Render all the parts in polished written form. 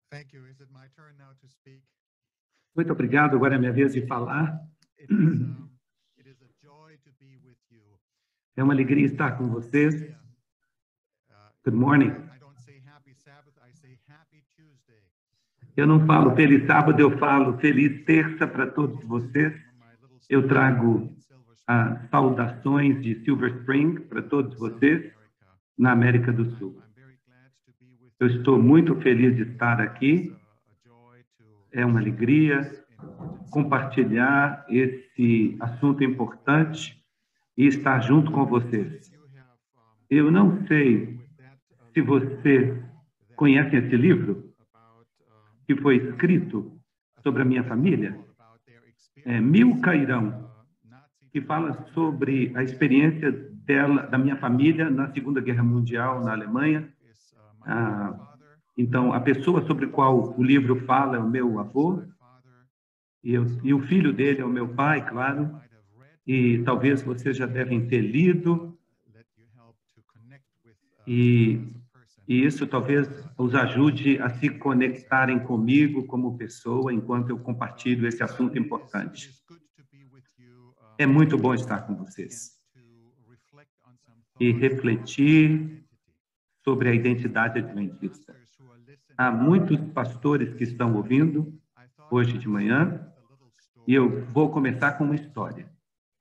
Thank you. Is it my turn now to speak? Muito obrigado. Agora é minha vez de falar. It is a joy to be with you. É uma alegria estar com vocês. Good I morning. don't say happy Sabbath, I say happy Tuesday. Eu não falo feliz sábado, eu falo feliz terça para todos vocês. My little Eu story trago in Silver Spring, as saudações de Silver Spring para todos vocês America. na América do Sul. I'm very glad to be with Eu you. estou muito feliz de estar It's aqui. a joy to É uma alegria this important compartilhar esse assunto importante e estar junto com vocês. you have Eu não sei with that se você conhece esse livro about que foi escrito sobre a minha família, about their experience Mil Cairão, Nazi que fala sobre a experiência da minha família na Segunda Guerra Mundial na Alemanha. is my Ah, father, então, a pessoa sobre a qual o livro fala é o meu avô, my father e o filho dele é o meu pai, claro, might have read, e talvez vocês já devem ter lido, let you help to connect with e, as a person. e isso talvez os ajude a se conectarem comigo como pessoa enquanto eu compartilho esse assunto importante. It's good to be with you É muito bom estar com vocês to reflect on some e thoughts refletir identity. sobre a identidade adventista. Pastors who are listening, Há muitos pastores que estão ouvindo I thought hoje de manhã, a little story e eu vou começar com uma história.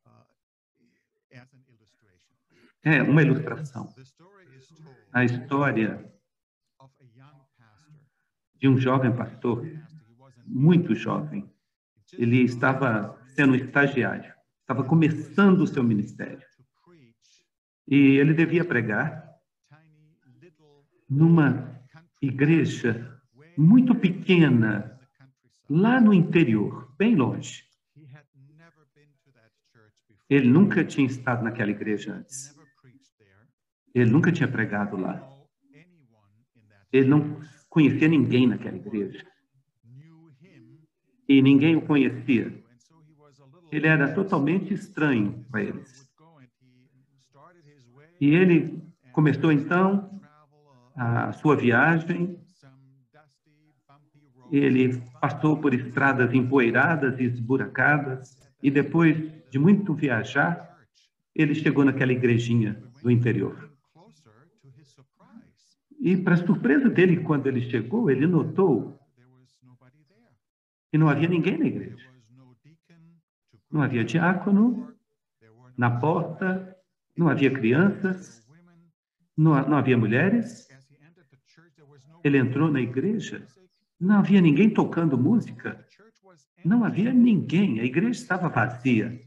as an illustration. É uma ilustração. The story is told A história of a young pastor. de um jovem pastor, He was an muito jovem. Ele estava sendo estagiário, estava começando o seu ministério. to preach E ele devia pregar tiny little numa igreja muito pequena, in the countryside. lá no interior, bem longe. He had never been to that church before. Ele nunca tinha estado naquela igreja antes. Never preached there. Ele nunca tinha pregado lá. Know anyone in that Ele não conhecia ninguém naquela igreja. knew him, E ninguém o conhecia. and so he was a little Ele era totalmente estranho para eles. would go and he started his way E ele começou então travel a sua viagem. some dusty bumpy road. Ele passou por estradas empoeiradas e esburacadas. E depois de muito viajar, ele chegou naquela igrejinha do interior. Closer to his surprise, E, para surpresa dele, quando ele chegou, ele notou there was nobody there. que não havia ninguém na igreja. There was no deacon to Não havia diácono there were no na porta, não havia crianças, women. não havia mulheres. As he entered the church, there was no Ele entrou na igreja, não havia ninguém tocando música, the church was não havia ninguém, a igreja estava vazia,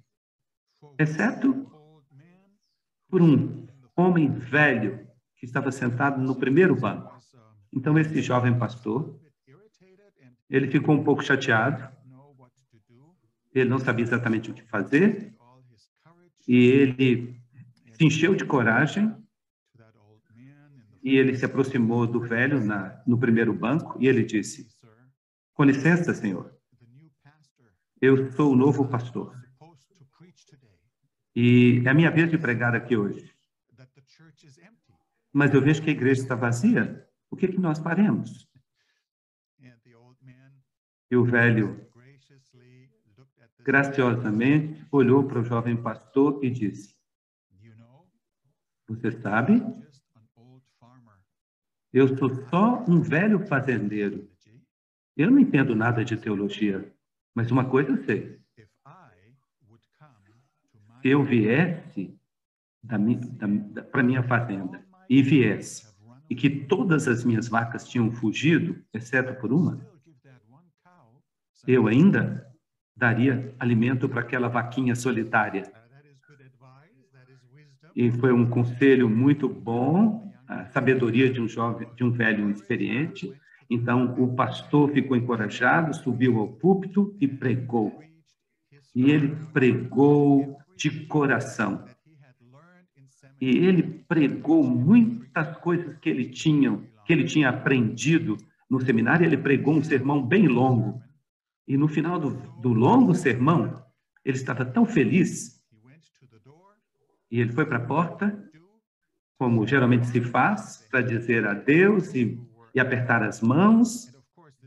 exceto old man por um homem velho que estava sentado no primeiro banco. was Então, esse jovem pastor, irritated and ele ficou um pouco chateado, didn't know what to do. ele não sabia exatamente o que fazer, All his courage e ele se encheu de coragem, to that old man in the e ele se aproximou do velho no primeiro banco, e ele disse: sir, com licença, senhor, the new pastor eu sou o novo pastor, supposed to preach today, e é a minha vez de pregar aqui hoje. that the church is empty. Mas eu vejo que a igreja está vazia. O que nós faremos? And the old man E o velho, graciously looked at this. graciosamente, olhou para o jovem pastor e disse: You know, você sabe, just an old farmer. eu sou só um velho fazendeiro. Eu não entendo nada de teologia, mas uma coisa eu sei. If I would come to my Se eu viesse para minha fazenda e viesse, e que todas as minhas vacas tinham fugido, exceto por uma, still give that one cow some, eu ainda daria alimento para aquela vaquinha solitária. that is good advice, that is wisdom. E foi um conselho muito bom, a sabedoria de um velho experiente. Então, o pastor ficou encorajado, subiu ao púlpito e pregou. Preached his E ele pregou de coração. that he had learned in E seminary. ele pregou muitas coisas que ele tinha aprendido no seminário. Ele pregou um sermão bem longo. E no final do longo sermão, ele estava tão feliz, He went to the door, e ele foi para a porta, como geralmente se faz, para dizer adeus e apertar as mãos. and of course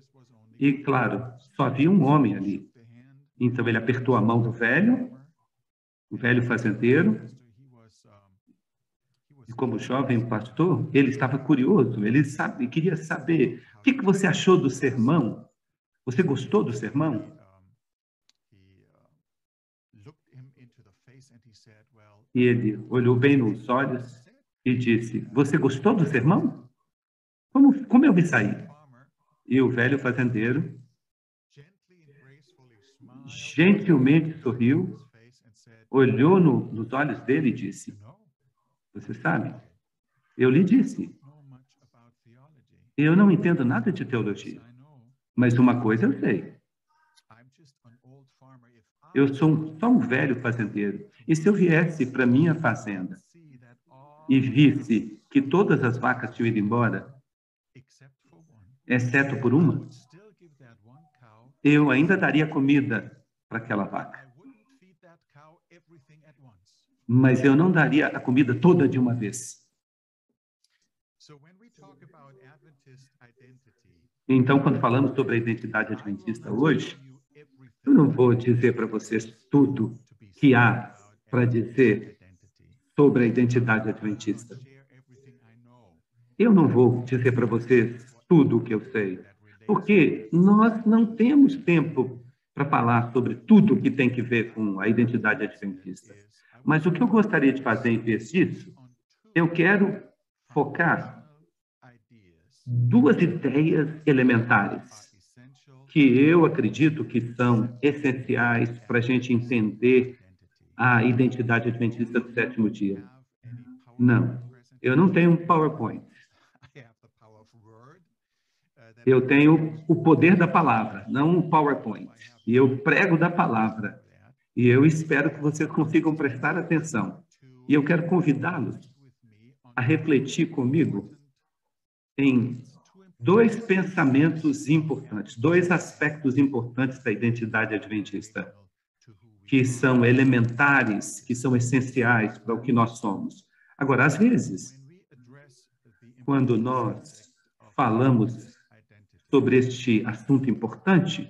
E, claro, só havia um homem ali. Então, ele apertou a mão do velho, o velho fazendeiro, e como jovem pastor, ele estava curioso, ele queria saber, o que você achou do sermão? Você gostou do sermão? E ele olhou bem nos olhos e disse, você gostou do sermão? Como eu me saí? E o velho fazendeiro gentilmente sorriu, olhou nos olhos dele e disse, você sabe, eu lhe disse, eu não entendo nada de teologia, mas uma coisa eu sei. Eu sou só um velho fazendeiro. E se eu viesse para minha fazenda e visse que todas as vacas tinham ido embora, exceto por uma, eu ainda daria comida para aquela vaca. Mas eu não daria a comida toda de uma vez. Então, quando falamos sobre a identidade adventista hoje, eu não vou dizer para vocês tudo que há para dizer sobre a identidade adventista. Eu não vou dizer para vocês tudo o que eu sei, porque nós não temos tempo para falar sobre tudo que tem que ver com a identidade adventista. Mas o que eu gostaria de fazer em vez disso, eu quero focar duas ideias elementares que eu acredito que são essenciais para a gente entender a identidade adventista do sétimo dia. Não, eu não tenho um PowerPoint. Eu tenho o poder da palavra, não um PowerPoint. E eu prego da palavra. E eu espero que vocês consigam prestar atenção. E eu quero convidá-los a refletir comigo em dois pensamentos importantes, dois aspectos importantes da identidade adventista, que são elementares, que são essenciais para o que nós somos. Agora, às vezes, quando nós falamos sobre este assunto importante,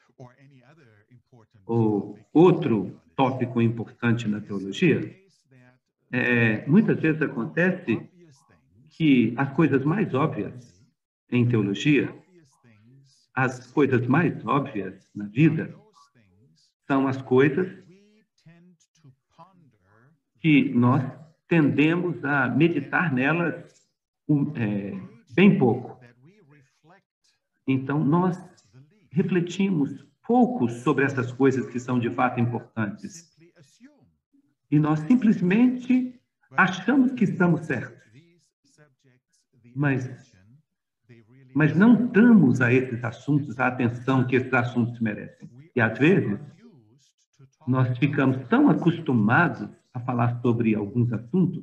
ou outro tópico importante na teologia, muitas vezes acontece que as coisas mais óbvias em teologia, as coisas mais óbvias na vida, são as coisas que nós tendemos a meditar nelas bem pouco. Então, nós refletimos pouco sobre essas coisas que são de fato importantes. E nós simplesmente achamos que estamos certos. Mas não damos a esses assuntos a atenção que esses assuntos merecem. E, às vezes, nós ficamos tão acostumados a falar sobre alguns assuntos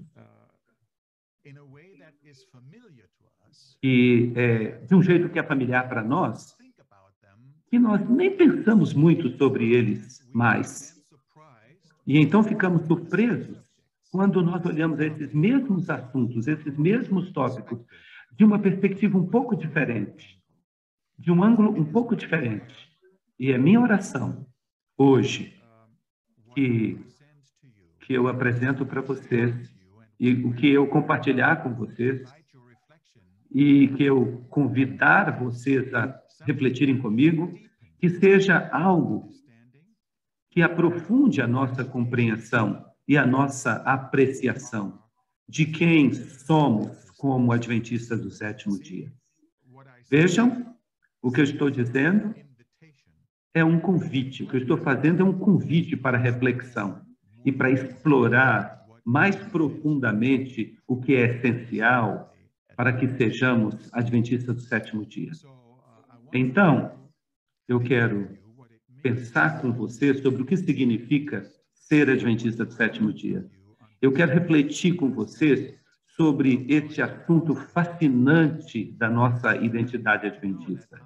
que, de um jeito que é familiar para nós, que nós nem pensamos muito sobre eles mais. E então ficamos surpresos quando nós olhamos esses mesmos assuntos, esses mesmos tópicos, de uma perspectiva um pouco diferente, de um ângulo um pouco diferente. E é minha oração, hoje, que eu apresento para vocês, e o que eu compartilhar com vocês, e que eu convidar vocês a refletirem comigo, que seja algo que aprofunde a nossa compreensão e a nossa apreciação de quem somos como adventistas do sétimo dia. Vejam, o que eu estou dizendo é um convite. O que eu estou fazendo é um convite para reflexão e para explorar mais profundamente o que é essencial para que sejamos adventistas do sétimo dia. Então, eu quero pensar com você sobre o que significa ser adventista do sétimo dia. Eu quero refletir com vocês sobre este assunto fascinante da nossa identidade adventista.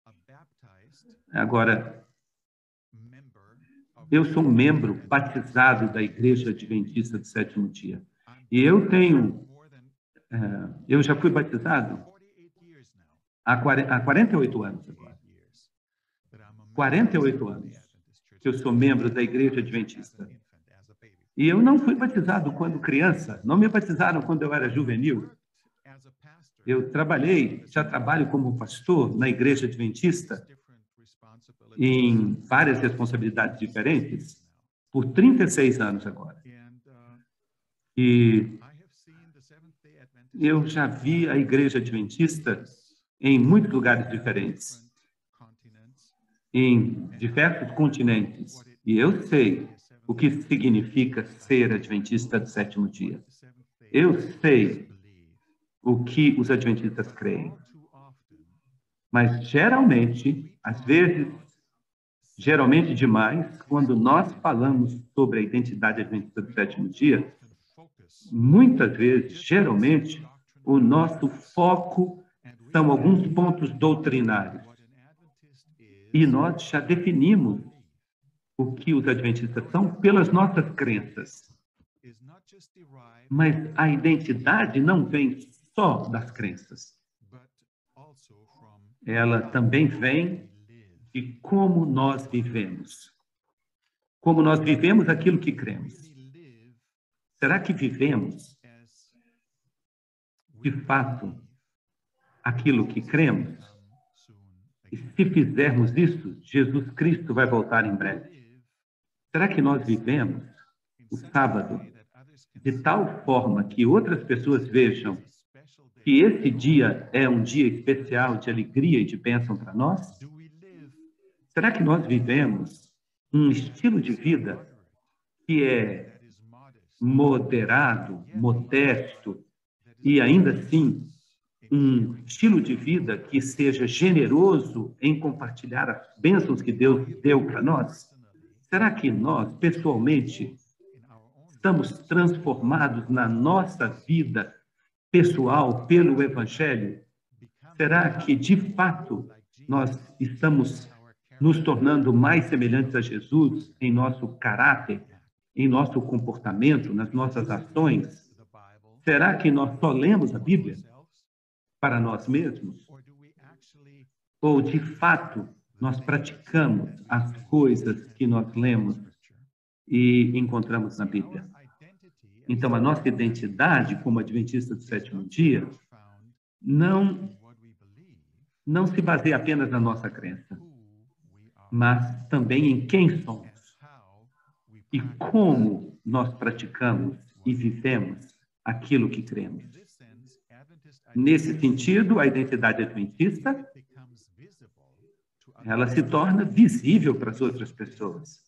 Agora, eu sou um membro batizado da Igreja Adventista do Sétimo Dia. E eu já fui batizado há 48 anos agora. 48 anos que eu sou membro da Igreja Adventista. E eu não fui batizado quando criança, não me batizaram quando eu era juvenil. Eu já trabalho como pastor na Igreja Adventista em várias responsabilidades diferentes por 36 anos agora. E eu já vi a Igreja Adventista em muitos lugares diferentes, em diversos continentes. E eu sei o que significa ser adventista do sétimo dia. Eu sei o que os adventistas creem. Mas geralmente, às vezes, geralmente demais, quando nós falamos sobre a identidade adventista do sétimo dia, muitas vezes, geralmente, o nosso foco são alguns pontos doutrinários. E nós já definimos o que os adventistas são pelas nossas crenças. Mas a identidade não vem só das crenças. Ela também vem de como nós vivemos. Como nós vivemos aquilo que cremos. Será que vivemos, de fato, aquilo que cremos? E se fizermos isso, Jesus Cristo vai voltar em breve. Será que nós vivemos o sábado de tal forma que outras pessoas vejam que esse dia é um dia especial de alegria e de bênção para nós? Será que nós vivemos um estilo de vida que é moderado, modesto e ainda assim um estilo de vida que seja generoso em compartilhar as bênçãos que Deus deu para nós? Será que nós, pessoalmente, estamos transformados na nossa vida pessoal pelo Evangelho? Será que, de fato, nós estamos nos tornando mais semelhantes a Jesus em nosso caráter, em nosso comportamento, nas nossas ações? Será que nós só lemos a Bíblia para nós mesmos? Ou, de fato, nós praticamos as coisas que nós lemos e encontramos na Bíblia? Então, a nossa identidade como adventista do sétimo dia não se baseia apenas na nossa crença, mas também em quem somos e como nós praticamos e vivemos aquilo que cremos. Nesse sentido, a identidade adventista, ela se torna visível para as outras pessoas.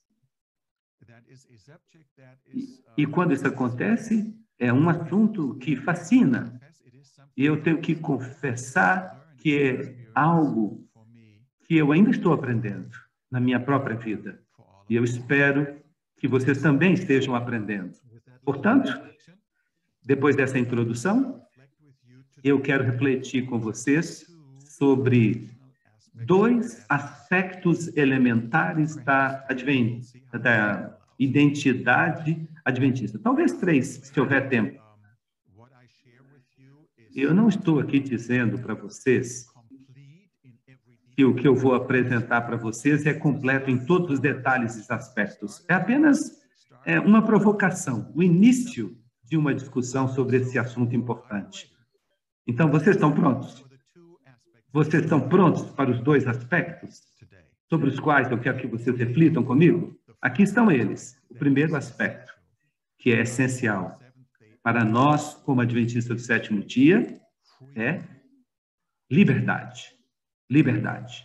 E quando isso acontece, é um assunto que fascina. E eu tenho que confessar que é algo que eu ainda estou aprendendo na minha própria vida. E eu espero que vocês também estejam aprendendo. Portanto, depois dessa introdução, eu quero refletir com vocês sobre dois aspectos elementares da identidade adventista. Talvez três, se houver tempo. Eu não estou aqui dizendo para vocês que o que eu vou apresentar para vocês é completo em todos os detalhes e aspectos. É apenas uma provocação, o início de uma discussão sobre esse assunto importante. Então, vocês estão prontos? Vocês estão prontos para os dois aspectos sobre os quais eu quero que vocês reflitam comigo? Aqui estão eles. O primeiro aspecto, que é essencial para nós, como adventistas do sétimo dia, é liberdade. Liberdade.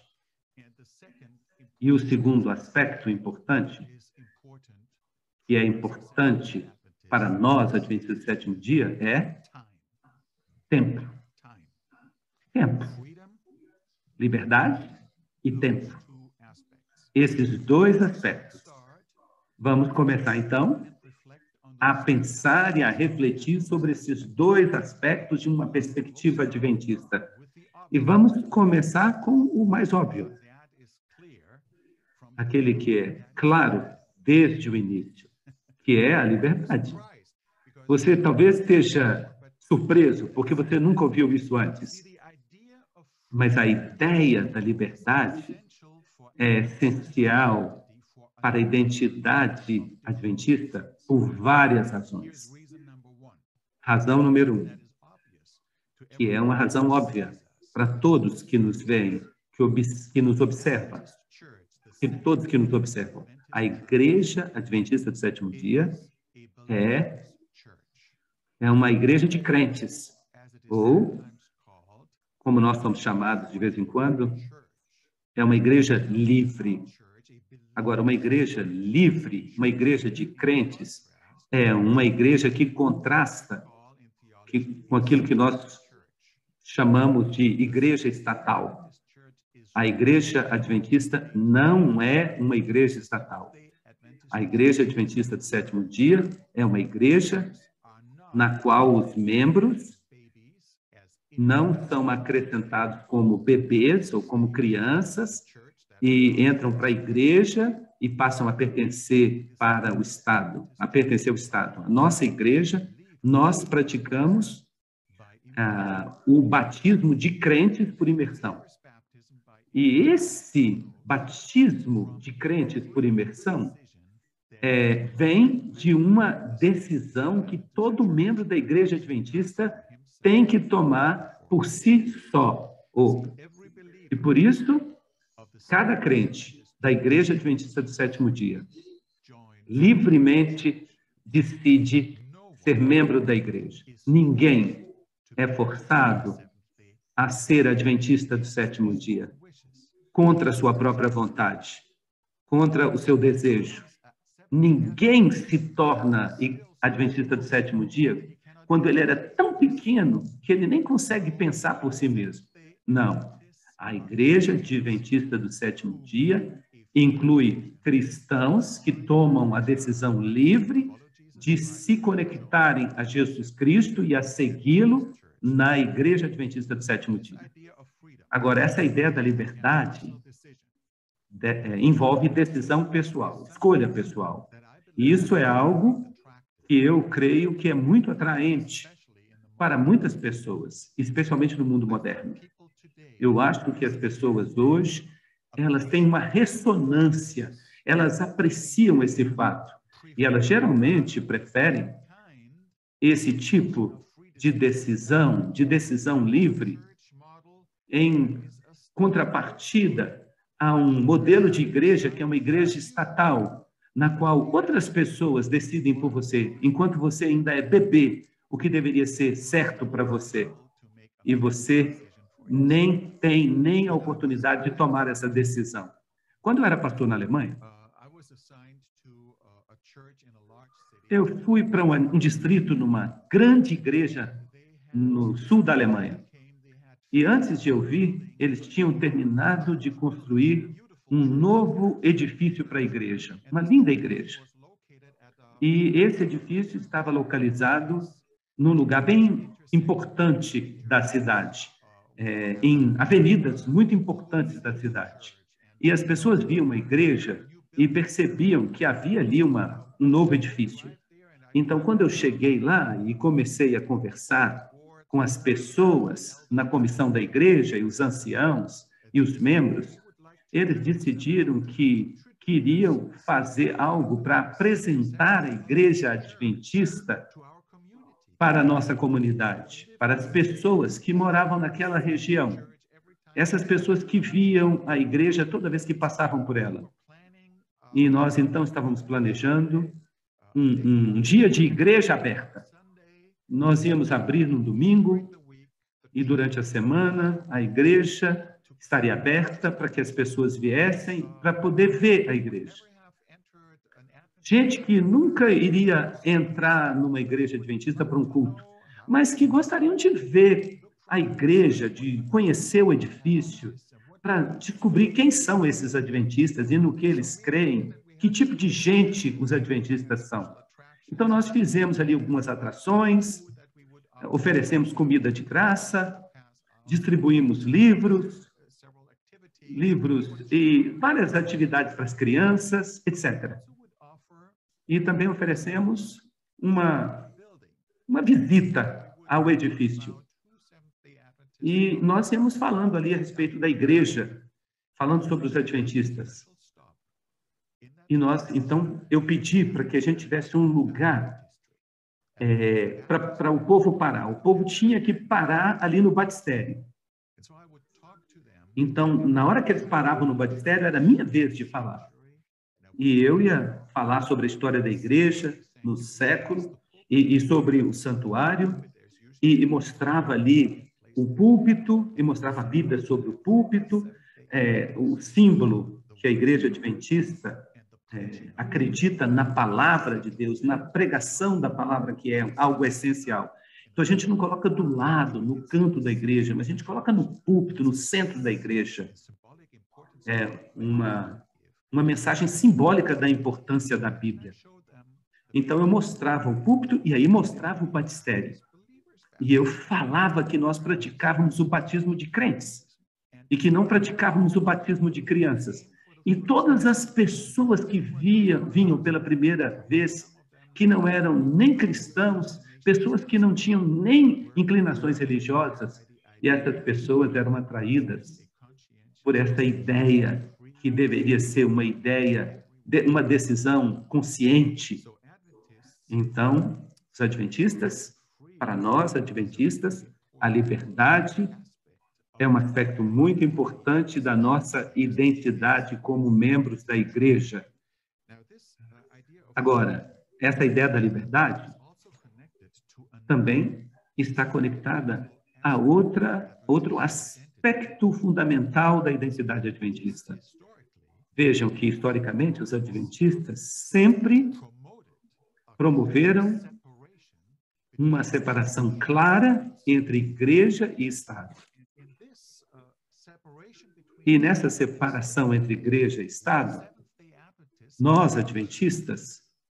E o segundo aspecto importante, que é importante para nós, adventistas do sétimo dia, é tempo. Tempo. Liberdade e tempo. Esses dois aspectos. Vamos começar, então, a pensar e a refletir sobre esses dois aspectos de uma perspectiva adventista. E vamos começar com o mais óbvio. Aquele que é claro desde o início, que é a liberdade. Você talvez esteja surpreso, porque você nunca ouviu isso antes. Mas a ideia da liberdade é essencial para a identidade adventista por várias razões. Razão número 1, que é uma razão óbvia para todos que nos veem, que nos observam, todos que nos observam. A Igreja Adventista do Sétimo Dia é uma igreja de crentes, ou, como nós somos chamados de vez em quando, é uma igreja livre. Agora, uma igreja livre, uma igreja de crentes, é uma igreja que contrasta com aquilo que nós chamamos de igreja estatal. A Igreja Adventista não é uma igreja estatal. A Igreja Adventista do Sétimo Dia é uma igreja na qual os membros não são acrescentados como bebês ou como crianças e entram para a igreja e passam a pertencer para o Estado, a pertencer ao Estado. A nossa igreja, nós praticamos o batismo de crentes por imersão. E esse batismo de crentes por imersão vem de uma decisão que todo membro da Igreja Adventista tem que tomar por si só. E por isso, cada crente da Igreja Adventista do Sétimo Dia livremente decide ser membro da igreja. Ninguém é forçado a ser adventista do sétimo dia, contra a sua própria vontade, contra o seu desejo. Ninguém se torna adventista do sétimo dia quando ele era tão pequeno que ele nem consegue pensar por si mesmo. Não. A Igreja Adventista do Sétimo Dia inclui cristãos que tomam a decisão livre de se conectarem a Jesus Cristo e a segui-lo na Igreja Adventista do Sétimo Dia. Agora, essa ideia da liberdade envolve decisão pessoal, escolha pessoal. E isso é algo que eu creio que é muito atraente para muitas pessoas, especialmente no mundo moderno. Eu acho que as pessoas hoje, elas têm uma ressonância, elas apreciam esse fato e elas geralmente preferem esse tipo de decisão livre em contrapartida a um modelo de igreja que é uma igreja estatal, na qual outras pessoas decidem por você, enquanto você ainda é bebê, o que deveria ser certo para você. E você nem tem a oportunidade de tomar essa decisão. Quando eu era pastor na Alemanha, eu fui para um distrito numa grande igreja no sul da Alemanha. E antes de eu vir, eles tinham terminado de construir um novo edifício para a igreja, uma linda igreja. E esse edifício estava localizado num lugar bem importante da cidade, em avenidas muito importantes da cidade. E as pessoas viam a igreja e percebiam que havia ali um novo edifício. Então, quando eu cheguei lá e comecei a conversar com as pessoas na comissão da igreja, e os anciãos e os membros, eles decidiram que queriam fazer algo para apresentar a igreja adventista para a nossa comunidade, para as pessoas que moravam naquela região. Essas pessoas que viam a igreja toda vez que passavam por ela. E nós, então, estávamos planejando um dia de igreja aberta. Nós íamos abrir no domingo e, durante a semana, a igreja estaria aberta para que as pessoas viessem para poder ver a igreja. Gente que nunca iria entrar numa igreja adventista para um culto, mas que gostariam de ver a igreja, de conhecer o edifício, para descobrir quem são esses adventistas e no que eles creem, que tipo de gente os adventistas são. Então, nós fizemos ali algumas atrações, oferecemos comida de graça, distribuímos livros e várias atividades para as crianças, etc. E também oferecemos uma visita ao edifício. E nós íamos falando ali a respeito da igreja falando sobre os adventistas. E então, eu pedi para que a gente tivesse um lugar para o povo parar. O povo tinha que parar ali no batistério. Então, na hora que eles paravam no batistério, era a minha vez de falar. E eu ia falar sobre a história da igreja no século e sobre o santuário e mostrava ali o púlpito e mostrava a Bíblia sobre o púlpito, o símbolo que a igreja adventista acredita na palavra de Deus, na pregação da palavra, que é algo essencial. Então, a gente não coloca do lado, no canto da igreja, mas a gente coloca no púlpito, no centro da igreja. É uma mensagem simbólica da importância da Bíblia. Então, eu mostrava o púlpito e aí mostrava o batistério. E eu falava que nós praticávamos o batismo de crentes e que não praticávamos o batismo de crianças. E todas as pessoas que vinham pela primeira vez, que não eram nem cristãos, pessoas que não tinham nem inclinações religiosas, e essas pessoas eram atraídas por essa ideia que deveria ser uma ideia, uma decisão consciente. Então, os adventistas, para nós adventistas, a liberdade é um aspecto muito importante da nossa identidade como membros da igreja. Agora, essa ideia da liberdade também está conectada a outro aspecto fundamental da identidade adventista. Vejam que, historicamente, os adventistas sempre promoveram uma separação clara entre igreja e Estado. E nessa separação entre igreja e Estado, nós, adventistas,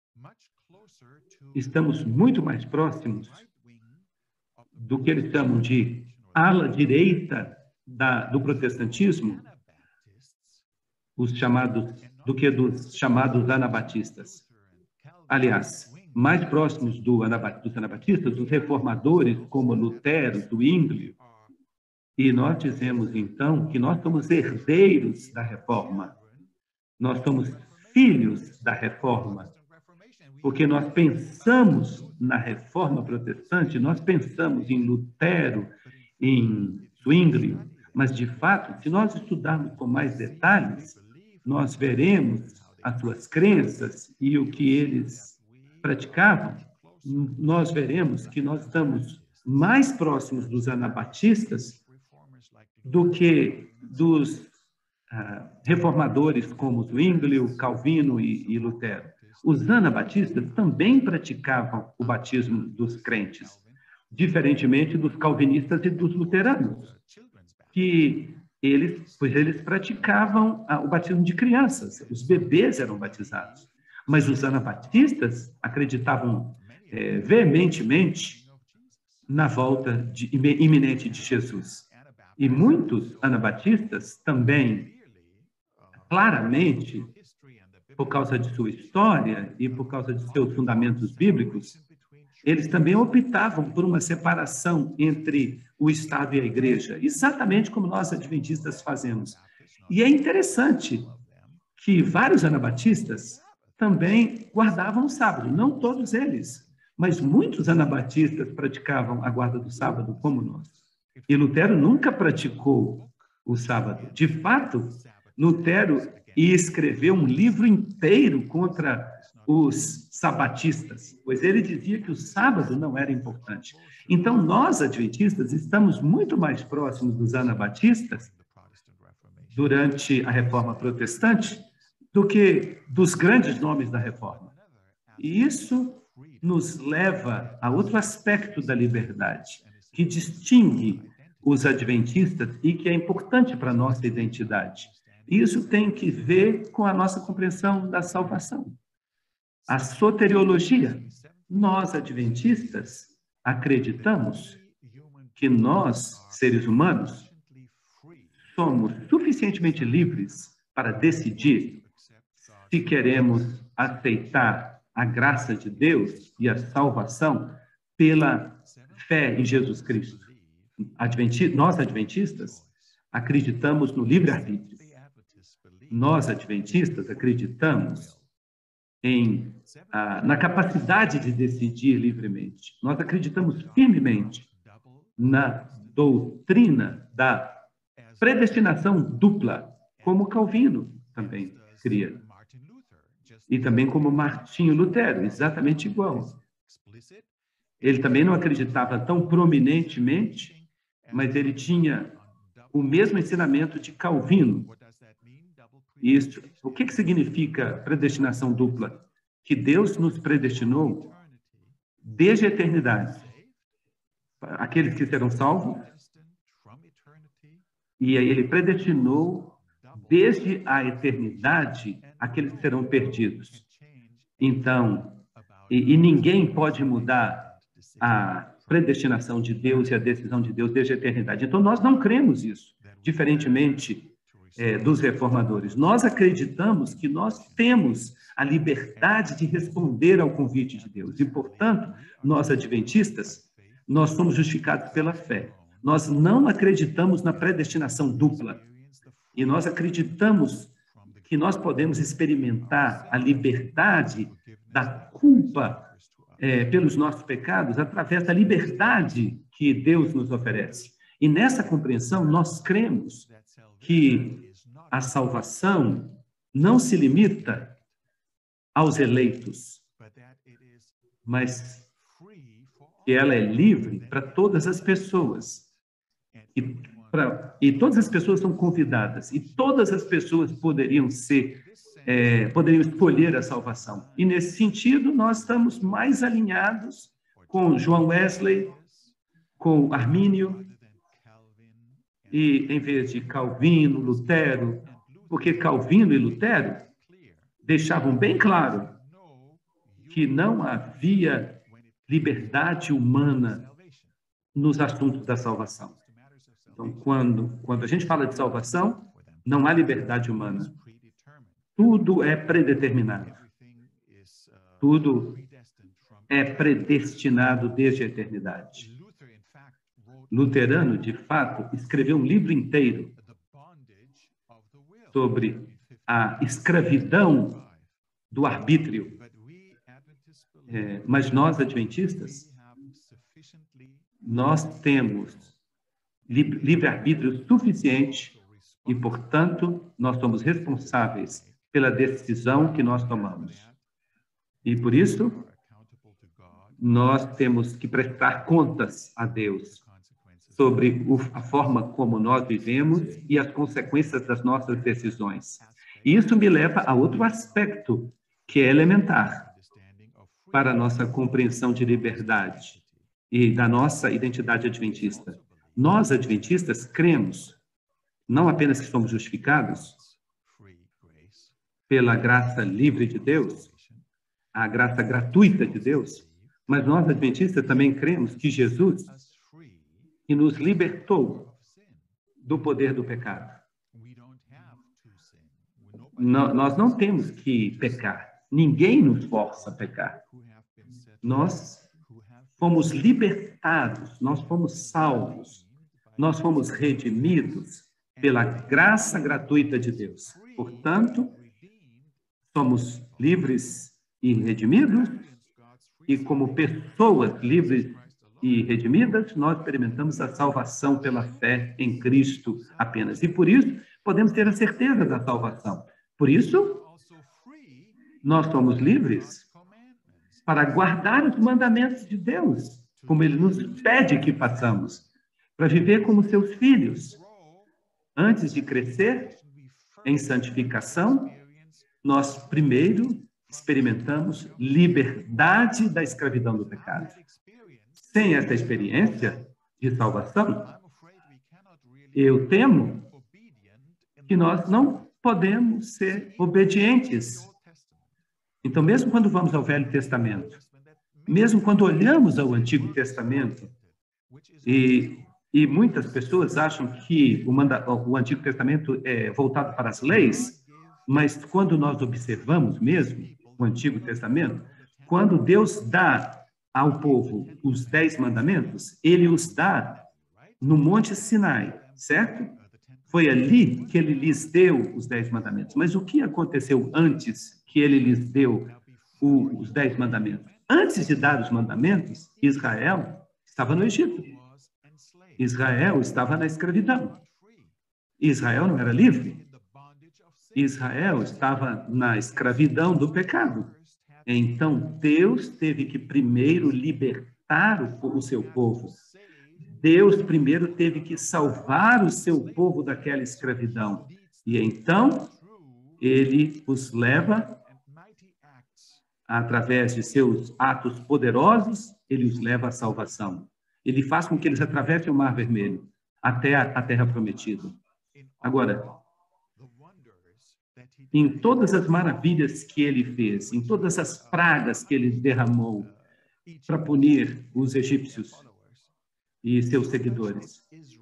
estamos muito mais próximos do que eles chamam de ala direita do protestantismo, do que dos chamados anabatistas. Aliás, mais próximos dos anabatistas, dos reformadores, como Lutero, Zwinglio. E nós dizemos, então, que nós somos herdeiros da Reforma. Nós somos filhos da Reforma. Porque nós pensamos na Reforma protestante, nós pensamos em Lutero, em Zwinglio, mas, de fato, se nós estudarmos com mais detalhes, nós veremos as suas crenças e o que eles praticavam, nós veremos que nós estamos mais próximos dos anabatistas do que dos reformadores como Zwinglio, Calvino e Lutero. Os anabatistas também praticavam o batismo dos crentes, diferentemente dos calvinistas e dos luteranos, que eles praticavam o batismo de crianças, os bebês eram batizados. Mas os anabatistas acreditavam veementemente na volta iminente de Jesus. E muitos anabatistas também, claramente, por causa de sua história e por causa de seus fundamentos bíblicos, eles também optavam por uma separação entre o Estado e a Igreja, exatamente como nós adventistas fazemos. E é interessante que vários anabatistas também guardavam o sábado, não todos eles, mas muitos anabatistas praticavam a guarda do sábado, como nós. E Lutero nunca praticou o sábado. De fato, Lutero escreveu um livro inteiro contra os sabatistas, pois ele dizia que o sábado não era importante. Então, nós, adventistas, estamos muito mais próximos dos anabatistas durante a Reforma Protestante do que dos grandes nomes da Reforma. E isso nos leva a outro aspecto da liberdade, que distingue os adventistas e que é importante para a nossa identidade. Isso tem que ver com a nossa compreensão da salvação. A soteriologia. Nós, adventistas, acreditamos que nós, seres humanos, somos suficientemente livres para decidir se queremos aceitar a graça de Deus e a salvação pela fé em Jesus Cristo. Nós, adventistas, acreditamos no livre-arbítrio. Nós, adventistas, acreditamos na capacidade de decidir livremente. Nós acreditamos firmemente na doutrina da predestinação dupla, como Calvino também cria. E também como Martinho Lutero, exatamente igual. Ele também não acreditava tão prominentemente, mas ele tinha o mesmo ensinamento de Calvino. Isso. O que significa predestinação dupla? Que Deus nos predestinou desde a eternidade. Aqueles que serão salvos, e aí ele predestinou desde a eternidade aqueles que serão perdidos. Então, e ninguém pode mudar a predestinação de Deus e a decisão de Deus desde a eternidade. Então, nós não cremos isso, diferentemente dos reformadores. Nós acreditamos que nós temos a liberdade de responder ao convite de Deus. E, portanto, nós adventistas, nós somos justificados pela fé. Nós não acreditamos na predestinação dupla. E nós acreditamos que nós podemos experimentar a liberdade da culpa pelos nossos pecados através da liberdade que Deus nos oferece. E nessa compreensão, nós cremos que a salvação não se limita aos eleitos, mas que ela é livre para todas as pessoas. E todas as pessoas são convidadas, e todas as pessoas poderiam escolher a salvação. E, nesse sentido, nós estamos mais alinhados com João Wesley, com Armínio, e em vez de Calvino, Lutero, porque Calvino e Lutero deixavam bem claro que não havia liberdade humana nos assuntos da salvação. Então, quando a gente fala de salvação, não há liberdade humana. Tudo é predeterminado. Tudo é predestinado desde a eternidade. Luterano, de fato, escreveu um livro inteiro sobre a escravidão do arbítrio. Mas nós, adventistas, nós temos livre-arbítrio suficiente e, portanto, nós somos responsáveis pela decisão que nós tomamos. E, por isso, nós temos que prestar contas a Deus sobre a forma como nós vivemos e as consequências das nossas decisões. E isso me leva a outro aspecto que é elementar para a nossa compreensão de liberdade e da nossa identidade adventista. Nós, adventistas, cremos não apenas que somos justificados pela graça livre de Deus, a graça gratuita de Deus, mas nós, adventistas, também cremos que Jesus que nos libertou do poder do pecado. Nós não temos que pecar. Ninguém nos força a pecar. Nós fomos libertados, nós fomos salvos, nós fomos redimidos pela graça gratuita de Deus. Portanto, somos livres e redimidos, e como pessoas livres e redimidas, nós experimentamos a salvação pela fé em Cristo apenas. E por isso, podemos ter a certeza da salvação. Por isso, nós somos livres para guardar os mandamentos de Deus, como Ele nos pede que façamos, para viver como seus filhos. Antes de crescer em santificação, nós primeiro experimentamos liberdade da escravidão do pecado. Sem essa experiência de salvação, eu temo que nós não podemos ser obedientes. Então, mesmo quando vamos ao Velho Testamento, mesmo quando olhamos ao Antigo Testamento, e muitas pessoas acham que o Antigo Testamento é voltado para as leis, mas quando nós observamos mesmo o Antigo Testamento, quando Deus dá ao povo os 10 mandamentos, Ele os dá no Monte Sinai, certo? Foi ali que ele lhes deu os 10 mandamentos. Mas o que aconteceu antes que ele lhes deu os 10 mandamentos? Antes de dar os mandamentos, Israel estava no Egito. Israel estava na escravidão. Israel não era livre. Israel estava na escravidão do pecado. Então, Deus teve que primeiro libertar o seu povo. Deus primeiro teve que salvar o seu povo daquela escravidão. E então, ele os leva, através de seus atos poderosos, ele os leva à salvação. Ele faz com que eles atravessem o Mar Vermelho até a Terra Prometida. Agora, em todas as maravilhas que ele fez, em todas as pragas que ele derramou para punir os egípcios e seus seguidores,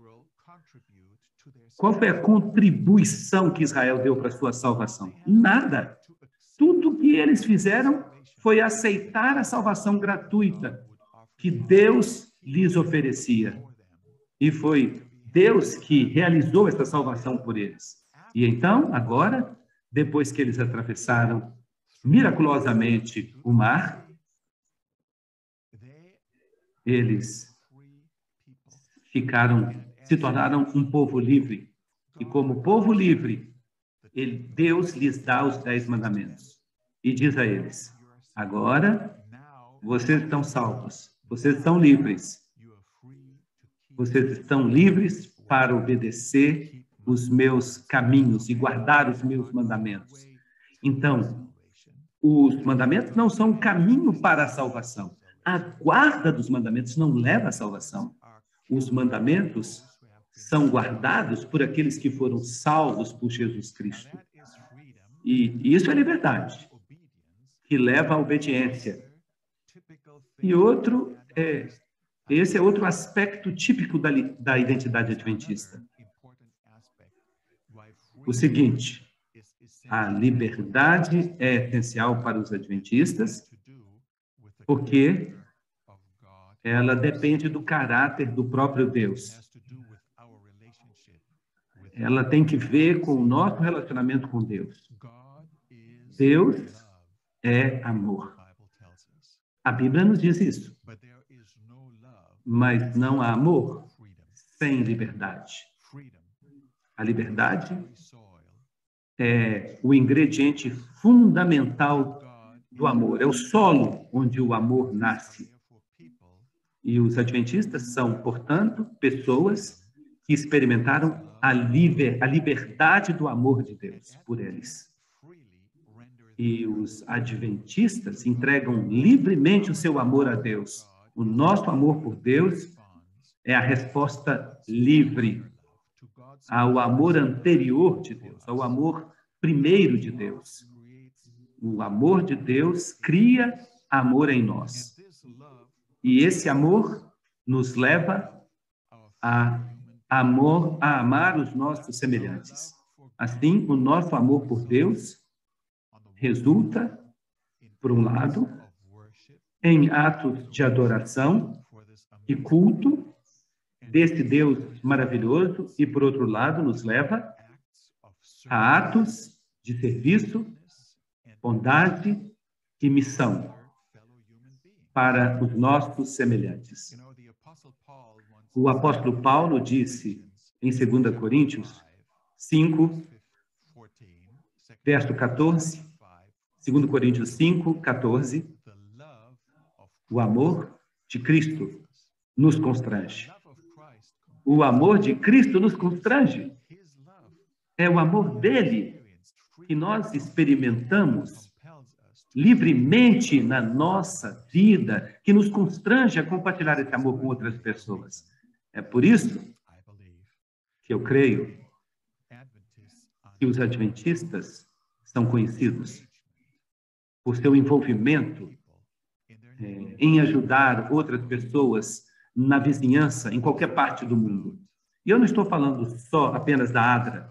qual foi a contribuição que Israel deu para a sua salvação? Nada. Tudo que eles fizeram foi aceitar a salvação gratuita que Deus lhes oferecia. E foi Deus que realizou essa salvação por eles. E então, agora, depois que eles atravessaram miraculosamente o mar, eles se tornaram um povo livre. E como povo livre, Deus lhes dá os 10 mandamentos. E diz a eles: agora vocês estão salvos, vocês estão livres. Vocês estão livres para obedecer os meus caminhos e guardar os meus mandamentos. Então, os mandamentos não são um caminho para a salvação. A guarda dos mandamentos não leva à salvação. Os mandamentos são guardados por aqueles que foram salvos por Jesus Cristo. E isso é liberdade, que leva à obediência. E esse é outro aspecto típico da identidade adventista. O seguinte: a liberdade é essencial para os adventistas, porque ela depende do caráter do próprio Deus. Ela tem que ver com o nosso relacionamento com Deus. Deus é amor. A Bíblia nos diz isso. Mas não há amor sem liberdade. A liberdade é o ingrediente fundamental do amor. É o solo onde o amor nasce. E os adventistas são, portanto, pessoas que experimentaram a liberdade do amor de Deus por eles. E os adventistas entregam livremente o seu amor a Deus. O nosso amor por Deus é a resposta livre ao amor anterior de Deus, ao amor primeiro de Deus. O amor de Deus cria amor em nós. E esse amor nos leva a amar os nossos semelhantes. Assim, o nosso amor por Deus resulta, por um lado, em atos de adoração e culto desse Deus maravilhoso e, por outro lado, nos leva a atos de serviço, bondade e missão para os nossos semelhantes. O apóstolo Paulo disse em 2 Coríntios 5, verso 14, 2 Coríntios 5, 14, o amor de Cristo nos constrange. O amor de Cristo nos constrange. É o amor dele que nós experimentamos livremente na nossa vida, que nos constrange a compartilhar esse amor com outras pessoas. É por isso que eu creio que os adventistas são conhecidos por seu envolvimento em ajudar outras pessoas na vizinhança, em qualquer parte do mundo. E eu não estou falando só apenas da ADRA,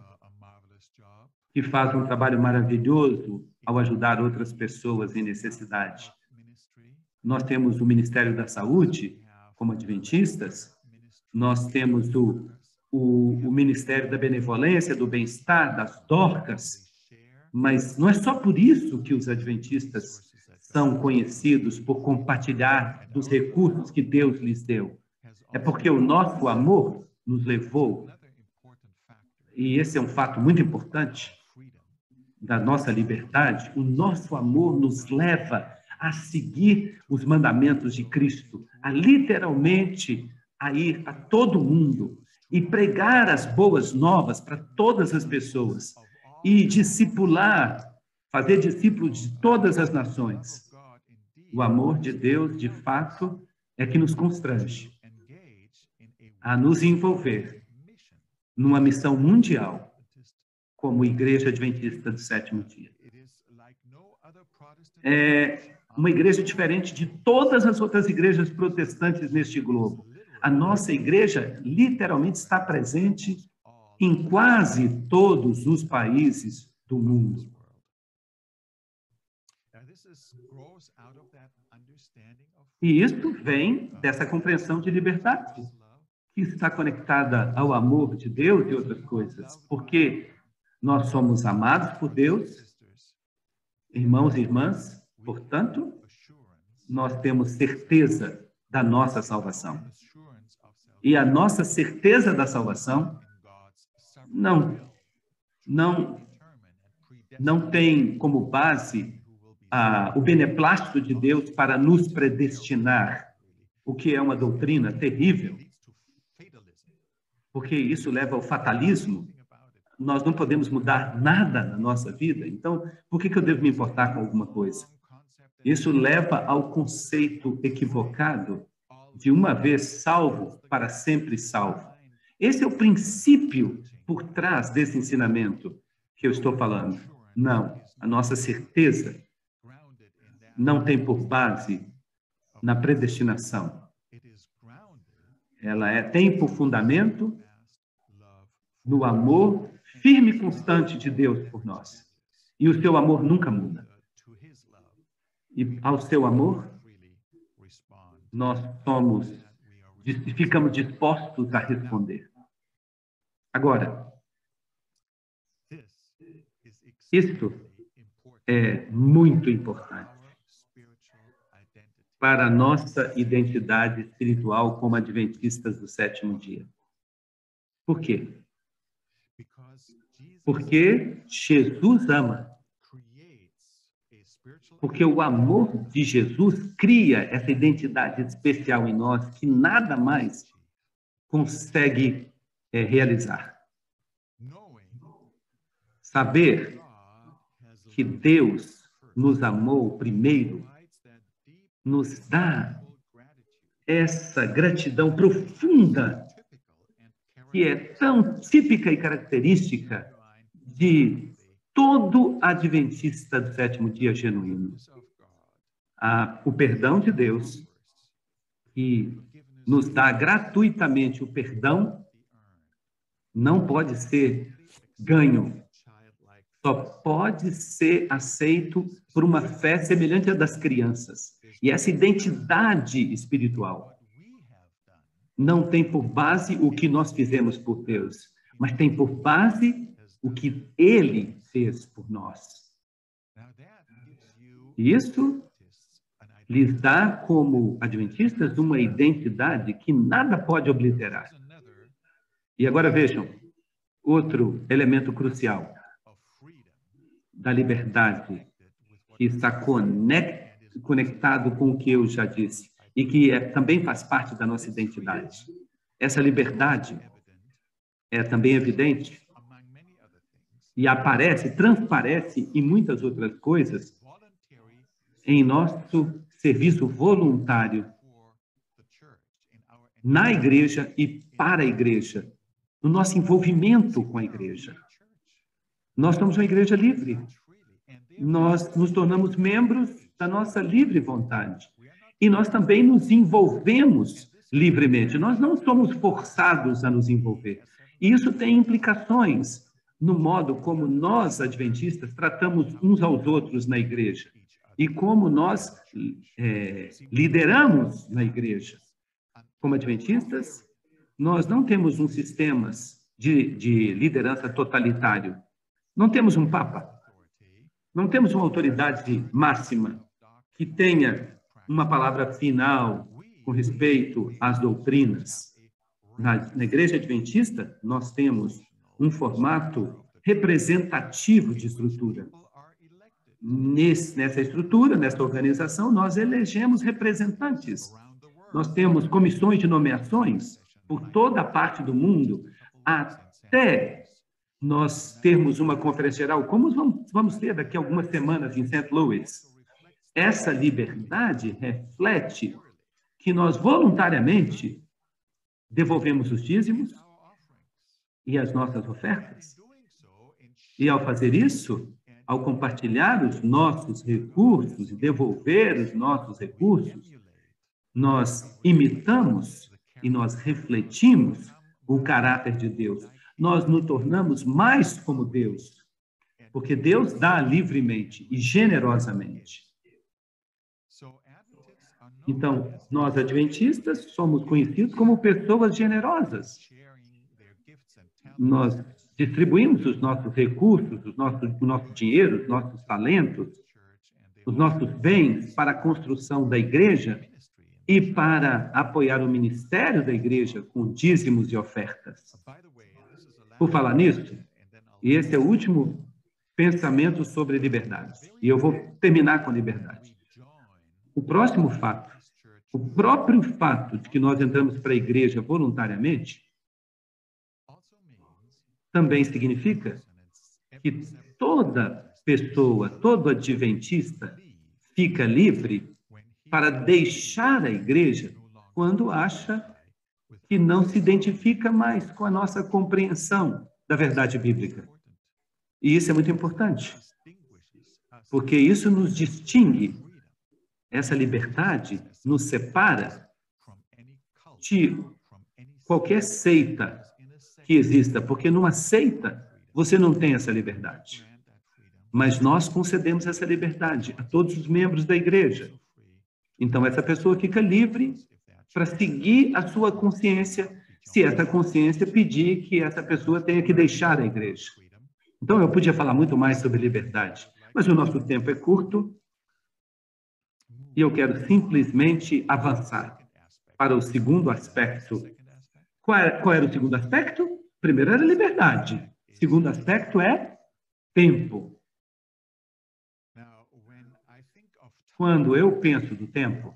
que faz um trabalho maravilhoso ao ajudar outras pessoas em necessidade. Nós temos o Ministério da Saúde, como adventistas, nós temos o Ministério da Benevolência, do Bem-Estar, das Dorcas, mas não é só por isso que os adventistas são conhecidos, por compartilhar dos recursos que Deus lhes deu. É porque o nosso amor nos levou, e esse é um fato muito importante da nossa liberdade, o nosso amor nos leva a seguir os mandamentos de Cristo, a literalmente a ir a todo mundo e pregar as boas novas para todas as pessoas e discipular, fazer discípulos de todas as nações. O amor de Deus, de fato, é que nos constrange a nos envolver numa missão mundial como Igreja Adventista do Sétimo Dia. É uma igreja diferente de todas as outras igrejas protestantes neste globo. A nossa igreja literalmente está presente em quase todos os países do mundo. E isso vem dessa compreensão de liberdade, que está conectada ao amor de Deus e outras coisas, porque nós somos amados por Deus, irmãos e irmãs, portanto, nós temos certeza da nossa salvação. E a nossa certeza da salvação não tem como base o beneplácito de Deus para nos predestinar, o que é uma doutrina terrível, porque isso leva ao fatalismo. Nós não podemos mudar nada na nossa vida, então, por que eu devo me importar com alguma coisa? Isso leva ao conceito equivocado de uma vez salvo, para sempre salvo. Esse é o princípio por trás desse ensinamento que eu estou falando. Não, a nossa certeza não tem por base na predestinação. Ela tem por fundamento no amor firme e constante de Deus por nós. E o seu amor nunca muda. E ao seu amor, nós ficamos dispostos a responder. Agora, isto é muito importante para a nossa identidade espiritual como adventistas do sétimo dia. Por quê? Porque Jesus ama. Porque o amor de Jesus cria essa identidade especial em nós que nada mais consegue realizar. Saber que Deus nos amou primeiro nos dá essa gratidão profunda que é tão típica e característica de todo adventista do sétimo dia genuíno. O perdão de Deus, que nos dá gratuitamente o perdão, não pode ser ganho. Só pode ser aceito por uma fé semelhante à das crianças. E essa identidade espiritual não tem por base o que nós fizemos por Deus, mas tem por base o que Ele fez por nós. Isso lhes dá, como adventistas, uma identidade que nada pode obliterar. E agora vejam, outro elemento crucial da liberdade, que está conectado com o que eu já disse, e que também faz parte da nossa identidade. Essa liberdade é também evidente e transparece em muitas outras coisas em nosso serviço voluntário na igreja e para a igreja, no nosso envolvimento com a igreja. Nós somos uma igreja livre. Nós nos tornamos membros da nossa livre vontade. E nós também nos envolvemos livremente. Nós não somos forçados a nos envolver. E isso tem implicações no modo como nós, adventistas, tratamos uns aos outros na igreja. E como nós lideramos na igreja. Como adventistas, Nós não temos um sistema de liderança totalitário. Não temos um papa. Não temos uma autoridade máxima que tenha uma palavra final com respeito às doutrinas. Na Igreja Adventista, nós temos um formato representativo de estrutura. Nessa estrutura, nessa organização, nós elegemos representantes. Nós temos comissões de nomeações por toda a parte do mundo, até nós termos uma conferência geral, como vamos ter daqui a algumas semanas em St. Louis. Essa liberdade reflete que nós voluntariamente devolvemos os dízimos e as nossas ofertas. E ao fazer isso, ao compartilhar os nossos recursos e devolver os nossos recursos, nós imitamos e nós refletimos o caráter de Deus. Nós nos tornamos mais como Deus, porque Deus dá livremente e generosamente. Então, nós adventistas somos conhecidos como pessoas generosas. Nós distribuímos os nossos recursos, o nosso dinheiro, os nossos talentos, os nossos bens para a construção da igreja e para apoiar o ministério da igreja com dízimos e ofertas. Por falar nisso, e esse é o último pensamento sobre liberdade, e eu vou terminar com a liberdade. O próximo fato, o próprio fato de que nós entramos para a igreja voluntariamente, também significa que toda pessoa, todo adventista fica livre para deixar a igreja quando acha que não se identifica mais com a nossa compreensão da verdade bíblica. E isso é muito importante, porque isso nos distingue. Essa liberdade nos separa de qualquer seita que exista, porque numa seita você não tem essa liberdade. Mas nós concedemos essa liberdade a todos os membros da igreja. Então, essa pessoa fica livre para seguir a sua consciência, se essa consciência pedir que essa pessoa tenha que deixar a igreja. Então, eu podia falar muito mais sobre liberdade, mas o nosso tempo é curto e eu quero simplesmente avançar para o segundo aspecto. Qual era o segundo aspecto? Primeiro era liberdade. O segundo aspecto é tempo. Quando eu penso no tempo,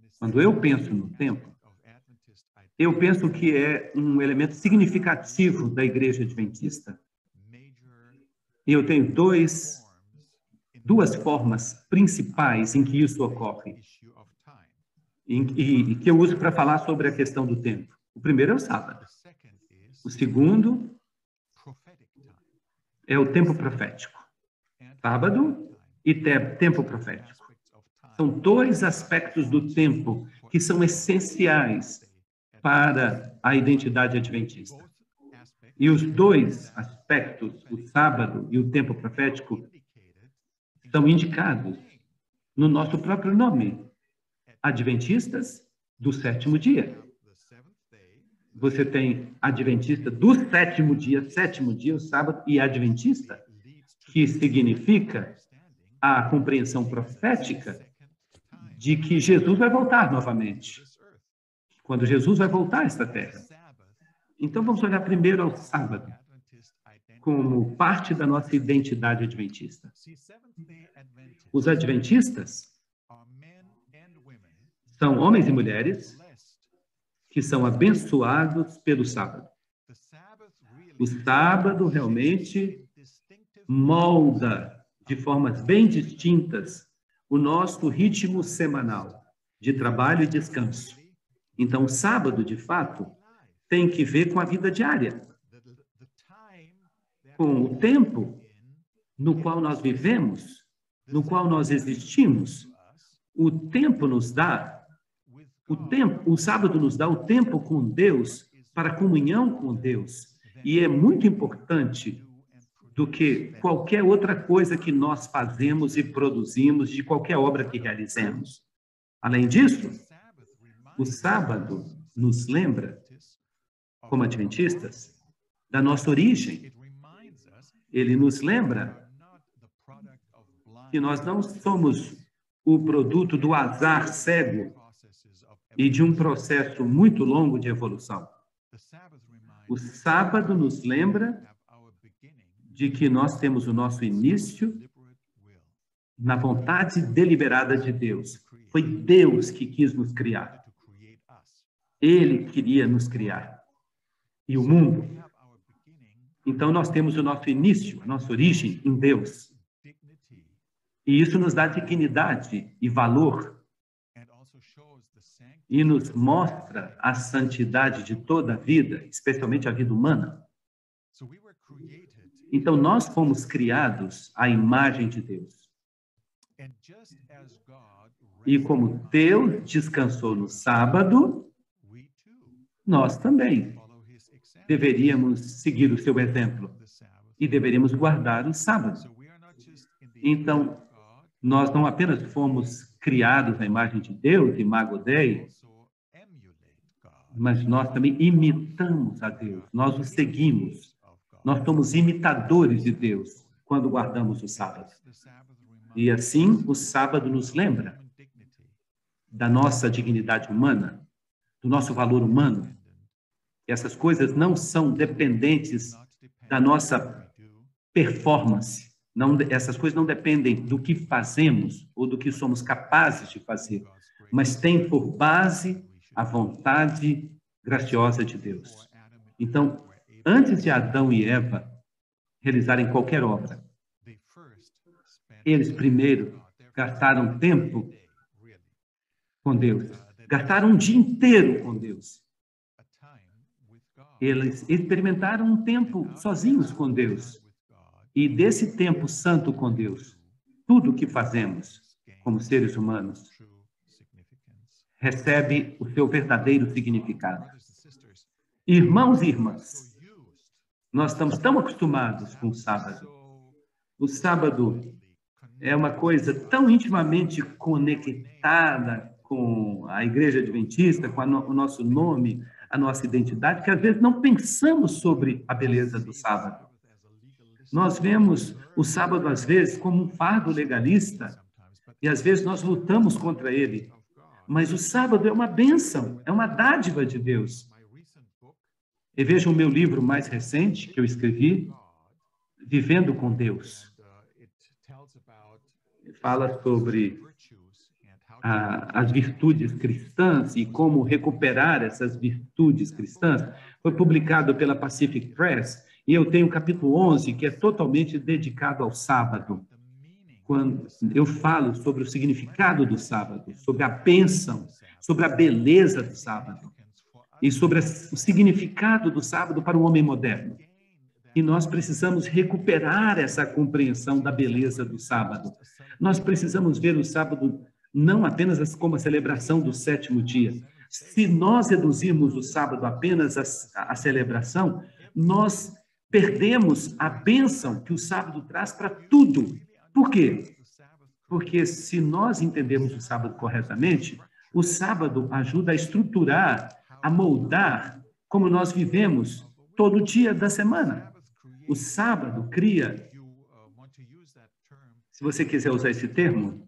eu penso que é um elemento significativo da Igreja Adventista. E eu tenho duas formas principais em que isso ocorre e que eu uso para falar sobre a questão do tempo. O primeiro é o sábado. O segundo é o tempo profético. Sábado e tempo profético. São dois aspectos do tempo que são essenciais para a identidade adventista. E os dois aspectos, o sábado e o tempo profético, são indicados no nosso próprio nome, adventistas do sétimo dia. Você tem adventista do sétimo dia, o sábado, e adventista, que significa a compreensão profética de que Jesus vai voltar novamente, quando Jesus vai voltar a esta terra. Então, vamos olhar primeiro ao sábado, como parte da nossa identidade adventista. Os adventistas são homens e mulheres que são abençoados pelo sábado. O sábado realmente molda de formas bem distintas o nosso ritmo semanal de trabalho e descanso. Então, o sábado, de fato, tem que ver com a vida diária, com o tempo no qual nós vivemos, no qual nós existimos. O tempo nos dá o sábado nos dá o tempo com Deus para comunhão com Deus. E é muito importante do que qualquer outra coisa que nós fazemos e produzimos, de qualquer obra que realizemos. Além disso, o sábado nos lembra como adventistas, da nossa origem. Ele nos lembra que nós não somos o produto do azar cego e de um processo muito longo de evolução. O sábado nos lembra de que nós temos o nosso início na vontade deliberada de Deus. Foi Deus que quis nos criar. Ele queria nos criar. E o mundo. Então, nós temos o nosso início, a nossa origem em Deus. E isso nos dá dignidade e valor. E nos mostra a santidade de toda a vida, especialmente a vida humana. Então, nós fomos criados à imagem de Deus. E como Deus descansou no sábado, nós também deveríamos seguir o seu exemplo e deveríamos guardar o sábado. Então, nós não apenas fomos criados à imagem de Deus, imago Dei, mas nós também imitamos a Deus, nós o seguimos. Nós somos imitadores de Deus quando guardamos o sábado. E assim, o sábado nos lembra da nossa dignidade humana, do nosso valor humano. Essas coisas não são dependentes da nossa performance. Essas coisas não dependem do que fazemos ou do que somos capazes de fazer, mas têm por base a vontade graciosa de Deus. Então, antes de Adão e Eva realizarem qualquer obra, eles primeiro gastaram tempo com Deus, gastaram um dia inteiro com Deus. Eles experimentaram um tempo sozinhos com Deus. E desse tempo santo com Deus, tudo o que fazemos como seres humanos recebe o seu verdadeiro significado. Irmãos e irmãs, nós estamos tão acostumados com o sábado. O sábado é uma coisa tão intimamente conectada com a Igreja Adventista, com o nosso nome, a nossa identidade, que às vezes não pensamos sobre a beleza do sábado. Nós vemos o sábado, às vezes, como um fardo legalista, e às vezes nós lutamos contra ele. Mas o sábado é uma bênção, é uma dádiva de Deus. E vejam o meu livro mais recente, que eu escrevi, Vivendo com Deus. Fala sobre as virtudes cristãs e como recuperar essas virtudes cristãs. Foi publicado pela Pacific Press, e eu tenho o capítulo 11, que é totalmente dedicado ao sábado. Quando eu falo sobre o significado do sábado, sobre a bênção, sobre a beleza do sábado, e sobre o significado do sábado para o homem moderno. E nós precisamos recuperar essa compreensão da beleza do sábado. Nós precisamos ver o sábado não apenas como a celebração do sétimo dia. Se nós reduzirmos o sábado apenas à celebração, nós perdemos a bênção que o sábado traz para tudo. Por quê? Porque se nós entendemos o sábado corretamente, o sábado ajuda a estruturar, a moldar como nós vivemos todo dia da semana. O sábado cria, se você quiser usar esse termo,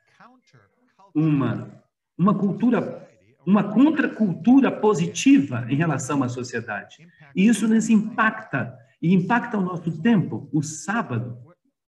uma cultura, uma contracultura positiva em relação à sociedade. E isso nos impacta, e impacta o nosso tempo. O sábado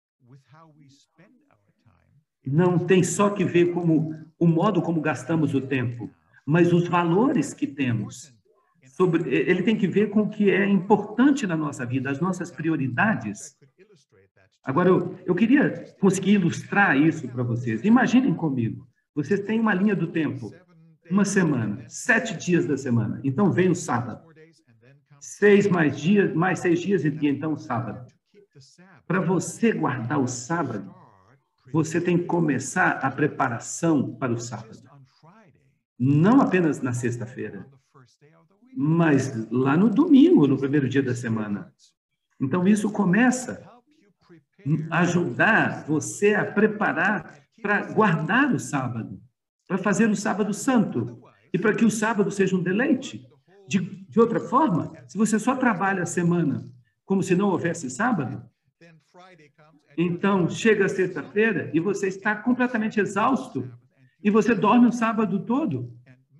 não tem só que ver com o modo como gastamos o tempo, mas os valores que temos. Ele tem que ver com o que é importante na nossa vida, as nossas prioridades. Agora, eu queria conseguir ilustrar isso para vocês. Imaginem comigo, vocês têm uma linha do tempo, uma semana, 7 dias da semana. Então, vem o sábado. 6 mais 6 dias e então o sábado. Para você guardar o sábado, você tem que começar a preparação para o sábado. Não apenas na sexta-feira, mas lá no domingo, no primeiro dia da semana. Então, isso começa a ajudar você a preparar para guardar o sábado, para fazer o sábado santo, e para que o sábado seja um deleite. De outra forma, se você só trabalha a semana como se não houvesse sábado, então chega a sexta-feira e você está completamente exausto e você dorme o sábado todo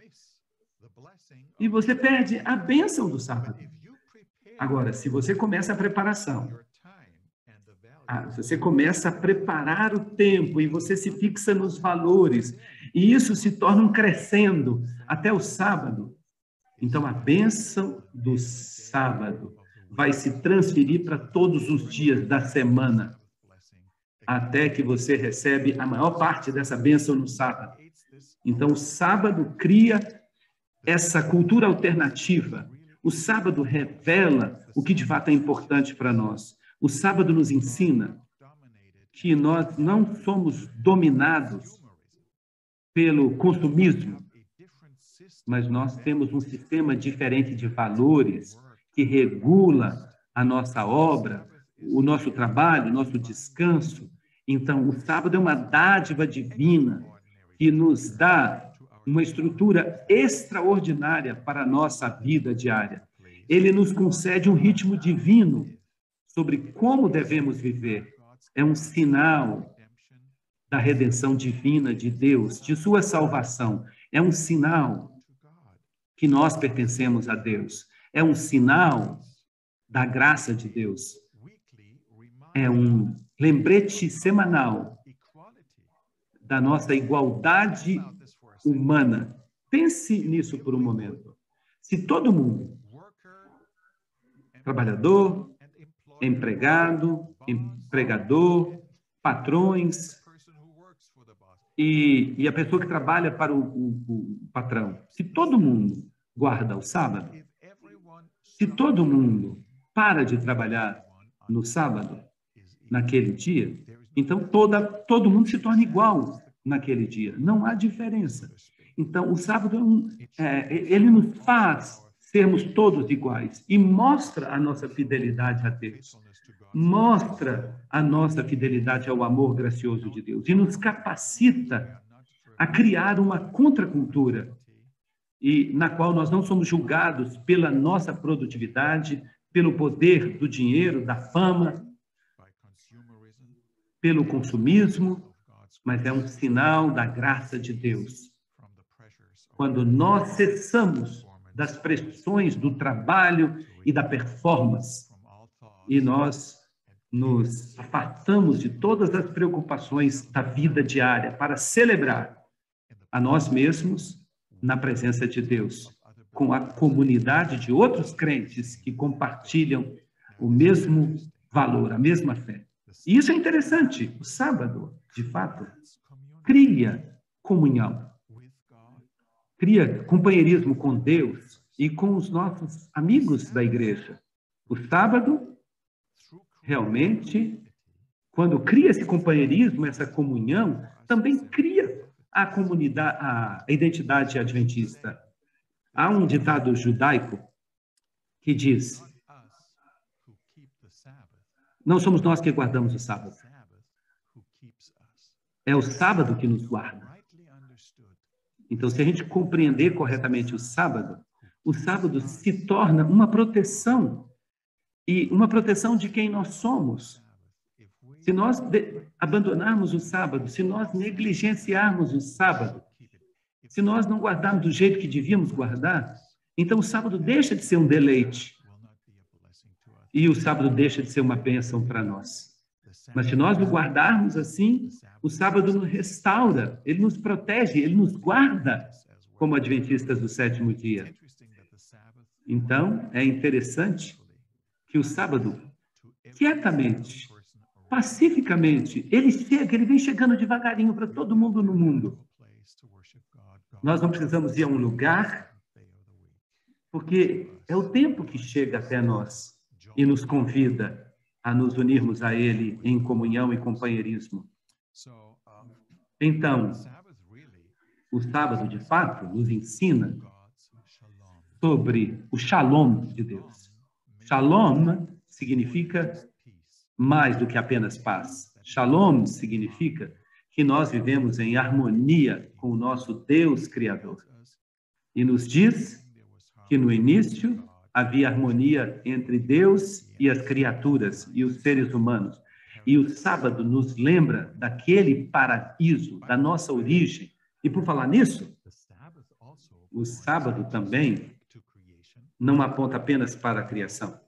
e você perde a bênção do sábado. Agora, se você começa a preparação, se você começa a preparar o tempo e você se fixa nos valores, e isso se torna um crescendo até o sábado, então a bênção do sábado vai se transferir para todos os dias da semana, até que você recebe a maior parte dessa bênção no sábado. Então, o sábado cria essa cultura alternativa. O sábado revela o que de fato é importante para nós. O sábado nos ensina que nós não somos dominados pelo consumismo, mas nós temos um sistema diferente de valores que regula a nossa obra, o nosso trabalho, o nosso descanso. Então, o sábado é uma dádiva divina que nos dá uma estrutura extraordinária para a nossa vida diária. Ele nos concede um ritmo divino sobre como devemos viver. É um sinal da redenção divina de Deus, de sua salvação. É um sinal que nós pertencemos a Deus. É um sinal da graça de Deus. É um lembrete semanal da nossa igualdade humana. Pense nisso por um momento. Se todo mundo, trabalhador, empregado, empregador, patrões e a pessoa que trabalha para o patrão, se todo mundo guarda o sábado, se todo mundo para de trabalhar no sábado, naquele dia, então todo mundo se torna igual naquele dia. Não há diferença. Então, o sábado ele nos faz sermos todos iguais e mostra a nossa fidelidade a Deus. Mostra a nossa fidelidade ao amor gracioso de Deus e nos capacita a criar uma contracultura e na qual nós não somos julgados pela nossa produtividade, pelo poder do dinheiro, da fama, pelo consumismo, mas é um sinal da graça de Deus. Quando nós cessamos das pressões do trabalho e da performance, e nós nos afastamos de todas as preocupações da vida diária para celebrar a nós mesmos na presença de Deus, com a comunidade de outros crentes que compartilham o mesmo valor, a mesma fé. E isso é interessante. O sábado, de fato, cria comunhão, cria companheirismo com Deus e com os nossos amigos da igreja. O sábado, realmente, quando cria esse companheirismo, essa comunhão, também cria a comunidade, a identidade adventista. Há um ditado judaico que diz: não somos nós que guardamos o sábado. É o sábado que nos guarda. Então, se a gente compreender corretamente o sábado se torna uma proteção, e uma proteção de quem nós somos. Se nós abandonarmos o sábado, se nós negligenciarmos o sábado, se nós não guardarmos do jeito que devíamos guardar, então o sábado deixa de ser um deleite. E o sábado deixa de ser uma bênção para nós. Mas se nós o guardarmos assim, o sábado nos restaura, ele nos protege, ele nos guarda como adventistas do sétimo dia. Então, é interessante que o sábado, quietamente, pacificamente, ele vem chegando devagarinho para todo mundo no mundo. Nós não precisamos ir a um lugar, porque é o tempo que chega até nós e nos convida a nos unirmos a ele em comunhão e companheirismo. Então, o sábado, de fato, nos ensina sobre o shalom de Deus. Shalom significa mais do que apenas paz. Shalom significa que nós vivemos em harmonia com o nosso Deus Criador. E nos diz que no início havia harmonia entre Deus e as criaturas e os seres humanos. E o sábado nos lembra daquele paraíso, da nossa origem. E por falar nisso, o sábado também não aponta apenas para a criação.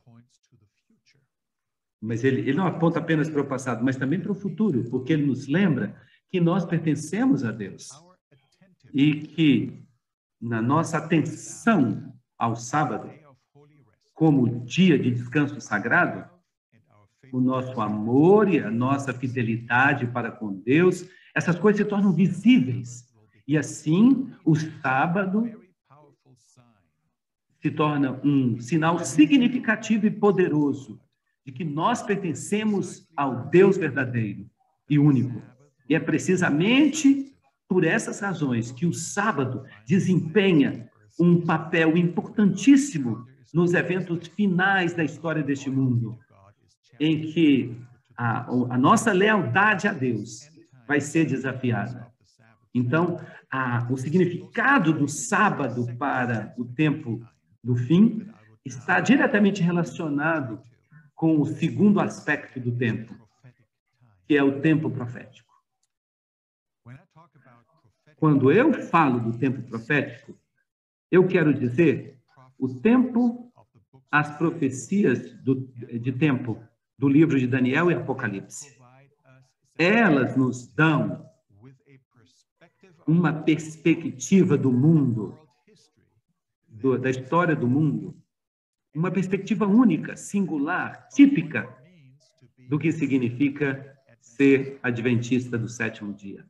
Mas ele não aponta apenas para o passado, mas também para o futuro, porque ele nos lembra que nós pertencemos a Deus. E que, na nossa atenção ao sábado, como dia de descanso sagrado, o nosso amor e a nossa fidelidade para com Deus, essas coisas se tornam visíveis. E assim, o sábado se torna um sinal significativo e poderoso de que nós pertencemos ao Deus verdadeiro e único. E é precisamente por essas razões que o sábado desempenha um papel importantíssimo nos eventos finais da história deste mundo, em que a nossa lealdade a Deus vai ser desafiada. Então, o significado do sábado para o tempo do fim está diretamente relacionado com o segundo aspecto do tempo, que é o tempo profético. Quando eu falo do tempo profético, eu quero dizer o tempo, as profecias de tempo do livro de Daniel e Apocalipse. Elas nos dão uma perspectiva do mundo, da história do mundo, uma perspectiva única, singular, típica do que significa ser adventista do sétimo dia.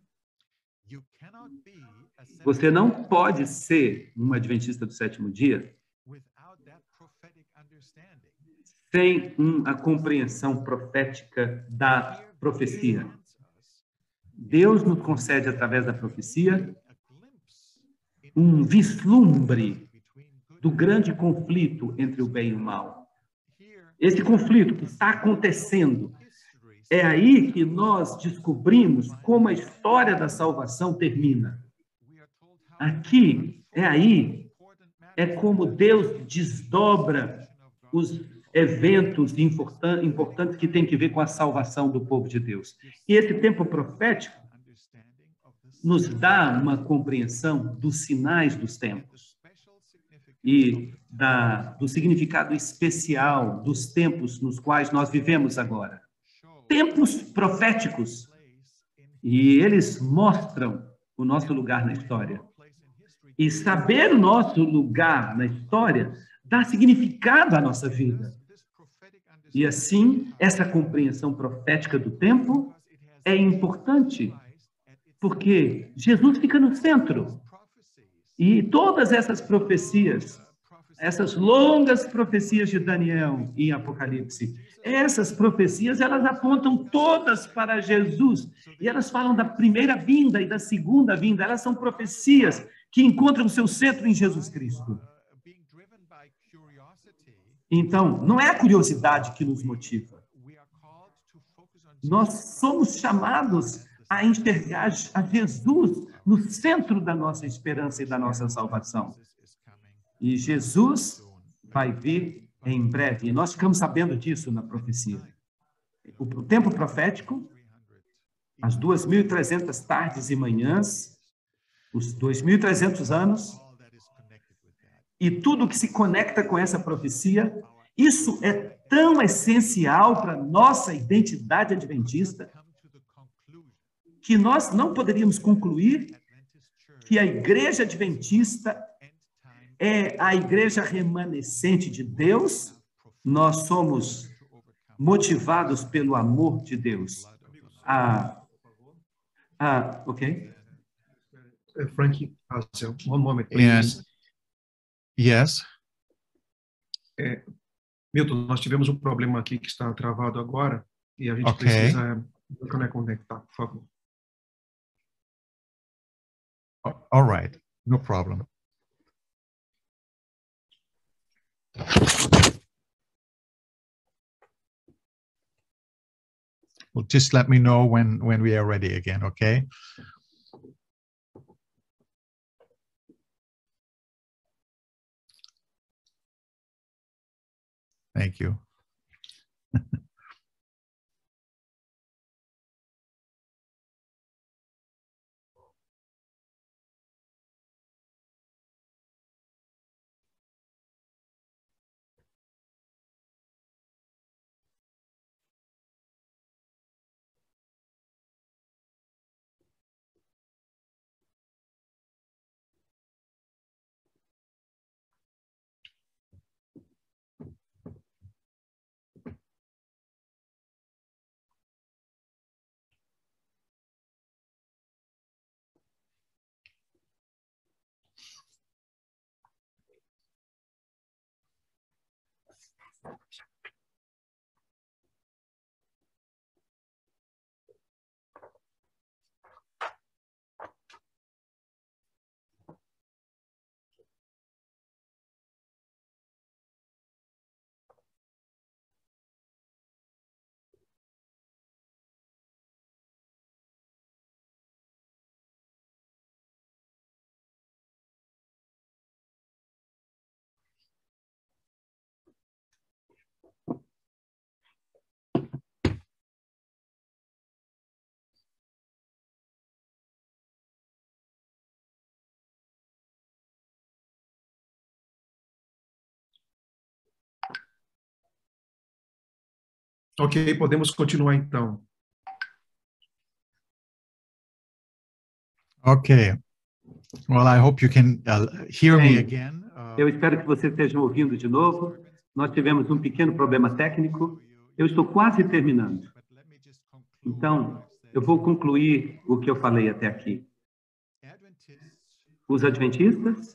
Você não pode ser um adventista do sétimo dia sem a compreensão profética da profecia. Deus nos concede, através da profecia, um vislumbre do grande conflito entre o bem e o mal. Esse conflito que está acontecendo, é aí que nós descobrimos como a história da salvação termina. Aqui, é como Deus desdobra os eventos importantes que têm que ver com a salvação do povo de Deus. E esse tempo profético nos dá uma compreensão dos sinais dos tempos e do significado especial dos tempos nos quais nós vivemos agora. Tempos proféticos, e eles mostram o nosso lugar na história. E saber o nosso lugar na história dá significado à nossa vida. E assim, essa compreensão profética do tempo é importante, porque Jesus fica no centro. E todas essas profecias, essas longas profecias de Daniel e Apocalipse, essas profecias, elas apontam todas para Jesus. E elas falam da primeira vinda e da segunda vinda. Elas são profecias que encontram seu centro em Jesus Cristo. Então, não é a curiosidade que nos motiva. Nós somos chamados a enxergar a Jesus no centro da nossa esperança e da nossa salvação. E Jesus vai vir em breve. E nós ficamos sabendo disso na profecia. O tempo profético, as 2.300 tardes e manhãs, os 2.300 anos, e tudo que se conecta com essa profecia, isso é tão essencial para a nossa identidade adventista, que nós não poderíamos concluir que a igreja adventista é a igreja remanescente de Deus. Nós somos motivados pelo amor de Deus. Ok. Frank, one moment, please. Yes. Milton, nós tivemos um problema aqui que está travado agora e a gente precisa conectar, por favor. All right, no problem. Well, just let me know when we are ready again, okay? Thank you. Ok, podemos continuar então. Okay. Well, I hope you can hear me Bem, again. eu espero que vocês estejam ouvindo de novo. Nós tivemos um pequeno problema técnico. Eu estou quase terminando. Então, eu vou concluir o que eu falei até aqui. Os adventistas,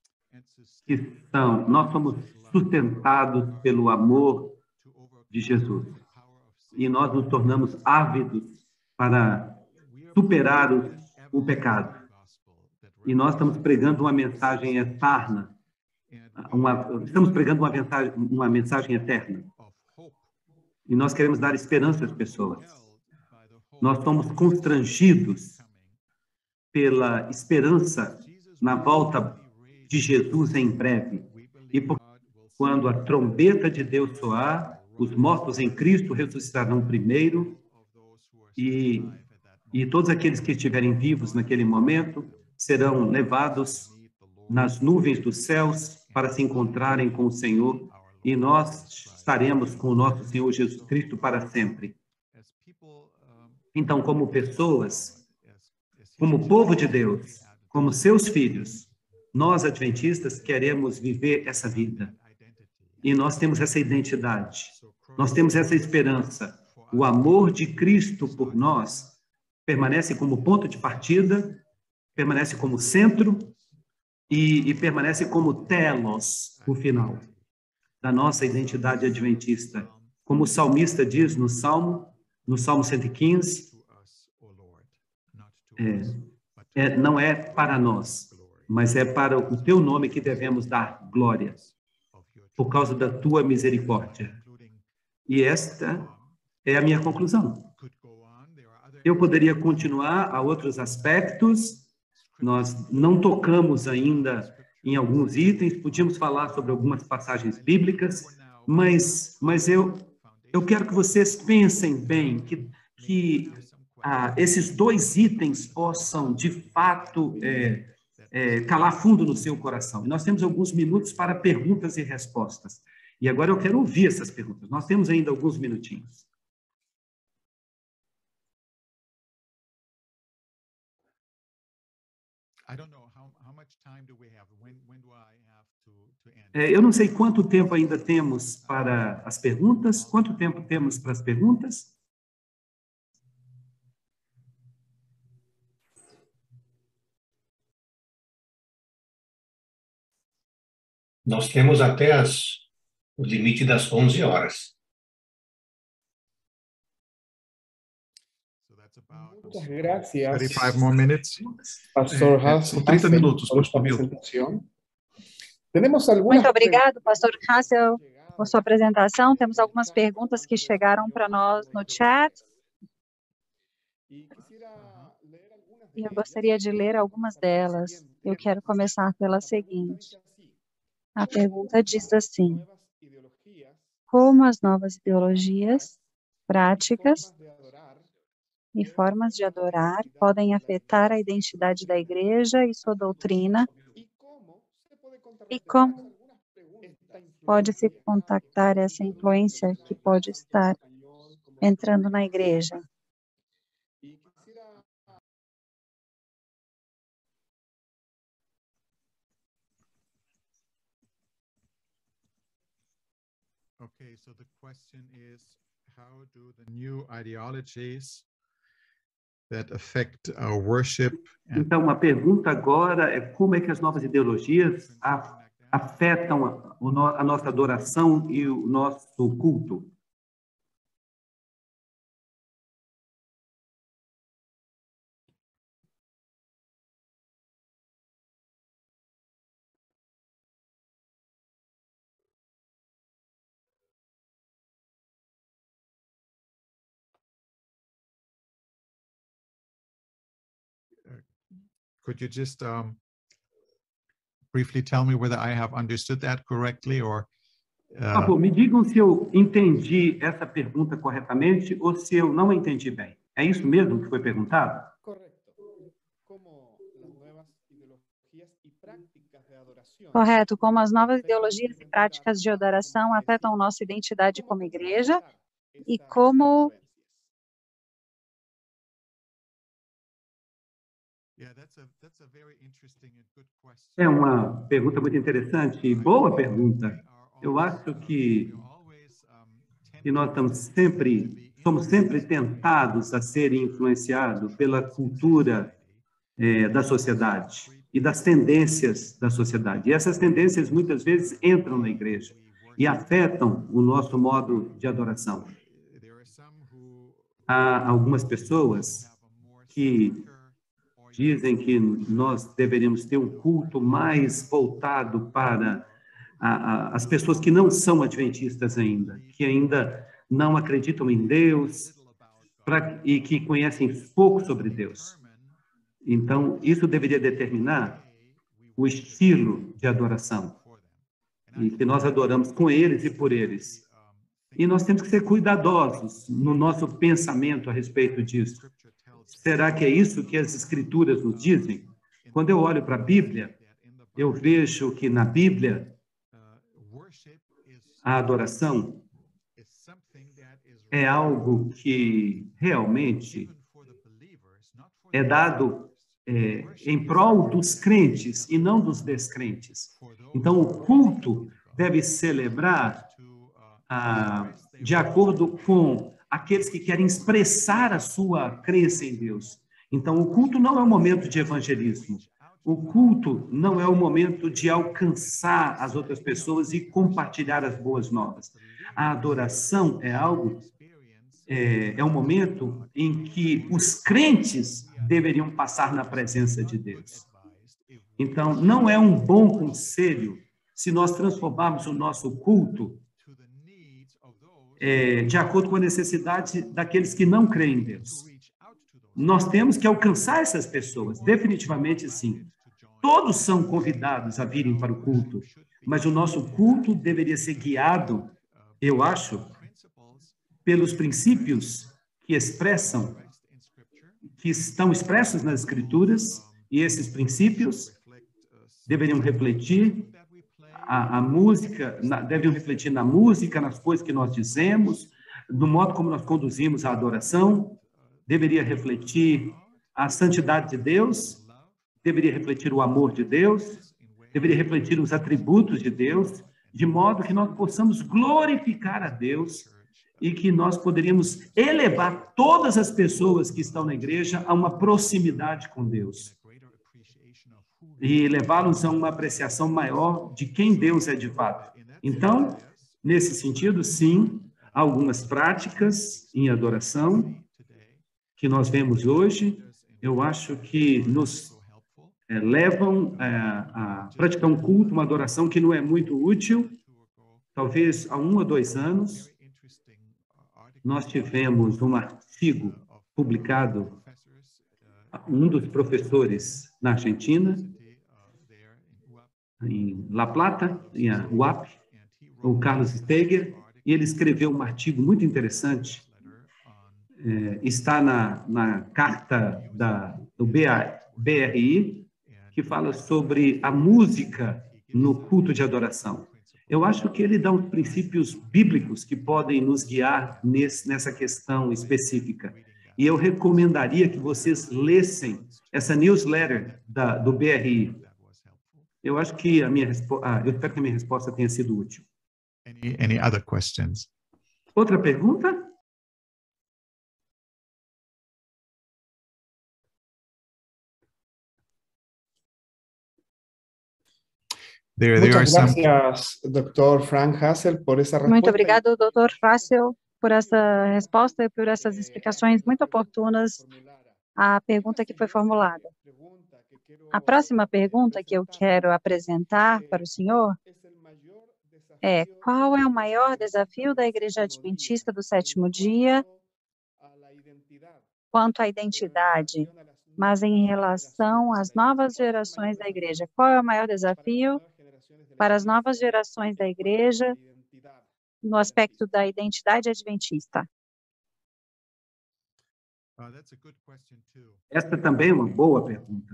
nós somos sustentados pelo amor de Jesus. E nós nos tornamos ávidos para superar o pecado. E nós estamos pregando uma mensagem eterna. Estamos pregando uma mensagem eterna. E nós queremos dar esperança às pessoas. Nós somos constrangidos pela esperança na volta de Jesus em breve. E quando a trombeta de Deus soar, os mortos em Cristo ressuscitarão primeiro e todos aqueles que estiverem vivos naquele momento serão levados nas nuvens dos céus para se encontrarem com o Senhor, e nós estaremos com o nosso Senhor Jesus Cristo para sempre. Então, como pessoas, como povo de Deus, como seus filhos, nós, adventistas, queremos viver essa vida. E nós temos essa identidade, nós temos essa esperança. O amor de Cristo por nós permanece como ponto de partida, permanece como centro e permanece como telos, no final, da nossa identidade adventista. Como o salmista diz no Salmo 115, não é para nós, mas é para o teu nome que devemos dar glória, por causa da tua misericórdia. E esta é a minha conclusão. Eu poderia continuar a outros aspectos, nós não tocamos ainda em alguns itens, podíamos falar sobre algumas passagens bíblicas, mas eu quero que vocês pensem bem que esses dois itens possam, de fato, calar fundo no seu coração. E nós temos alguns minutos para perguntas e respostas. E agora eu quero ouvir essas perguntas. Nós temos ainda alguns minutinhos. Eu não sei quanto tempo ainda temos para as perguntas. Quanto tempo temos para as perguntas? Nós temos até o limite das 11 horas. Muchas gracias, 35 more minutes. Pastor Haas, São 30 minutos, por esta Pastor Milton. presentación. Tenemos algunas Muito obrigado, Pastor Hassel, por sua apresentação. Temos algumas perguntas que chegaram para nós no chat. E eu gostaria de ler algumas delas. Eu quero começar pela seguinte. A pergunta diz assim: como as novas ideologias, práticas e formas de adorar podem afetar a identidade da igreja e sua doutrina e como pode-se contactar essa influência que pode estar entrando na igreja. Okay, so the question is, how do the new ideologies that affect our worship? Então, a pergunta agora é como é que as novas ideologias afetam a nossa adoração e o nosso culto? Could you just briefly tell me whether I have understood that correctly or Por favor, me digam se eu entendi essa pergunta corretamente ou se eu não entendi bem. É isso mesmo que foi perguntado? Correto, como as novas ideologias e práticas de adoração afetam nossa identidade como igreja e como É uma pergunta muito interessante e boa pergunta. Eu acho que nós somos sempre tentados a ser influenciados pela cultura da sociedade e das tendências da sociedade. E essas tendências muitas vezes entram na igreja e afetam o nosso modo de adoração. Há algumas pessoas que dizem que nós deveríamos ter um culto mais voltado para as pessoas que não são adventistas ainda, que ainda não acreditam em Deus e que conhecem pouco sobre Deus. Então, isso deveria determinar o estilo de adoração, e que nós adoramos com eles e por eles. E nós temos que ser cuidadosos no nosso pensamento a respeito disso. Será que é isso que as Escrituras nos dizem? Quando eu olho para a Bíblia, eu vejo que na Bíblia a adoração é algo que realmente é dado em prol dos crentes e não dos descrentes. Então, o culto deve celebrar de acordo com aqueles que querem expressar a sua crença em Deus. Então, o culto não é um momento de evangelismo. O culto não é o momento de alcançar as outras pessoas e compartilhar as boas novas. A adoração é um momento em que os crentes deveriam passar na presença de Deus. Então, não é um bom conselho se nós transformarmos o nosso culto de acordo com a necessidade daqueles que não creem em Deus. Nós temos que alcançar essas pessoas, definitivamente sim. Todos são convidados a virem para o culto, mas o nosso culto deveria ser guiado, eu acho, pelos princípios que estão expressos nas Escrituras, e esses princípios deveriam refletir a música, deveriam refletir na música, nas coisas que nós dizemos, no modo como nós conduzimos a adoração, deveria refletir a santidade de Deus, deveria refletir o amor de Deus, deveria refletir os atributos de Deus, de modo que nós possamos glorificar a Deus e que nós poderíamos elevar todas as pessoas que estão na igreja a uma proximidade com Deus e levá-los a uma apreciação maior de quem Deus é de fato. Então, nesse sentido, sim, há algumas práticas em adoração que nós vemos hoje, eu acho que nos levam a praticar um culto, uma adoração que não é muito útil. Talvez há 1 ou 2 anos, nós tivemos um artigo publicado, um dos professores na Argentina, em La Plata, em UAP, o Carlos Steger, e ele escreveu um artigo muito interessante, está na carta do BRI, que fala sobre a música no culto de adoração. Eu acho que ele dá os princípios bíblicos que podem nos guiar nessa questão específica. E eu recomendaria que vocês lessem essa newsletter do BRI. Eu acho que eu espero que a minha resposta tenha sido útil. Any other questions? Outra pergunta? Muchas gracias, Dr. Frank Hassel, por essa resposta. Muito obrigado, Dr. Hassel, por essa resposta e por essas explicações muito oportunas à pergunta que foi formulada. A próxima pergunta que eu quero apresentar para o senhor é: qual é o maior desafio da Igreja Adventista do Sétimo Dia quanto à identidade, mas em relação às novas gerações da Igreja? Qual é o maior desafio para as novas gerações da Igreja no aspecto da identidade adventista? Esta também é uma boa pergunta.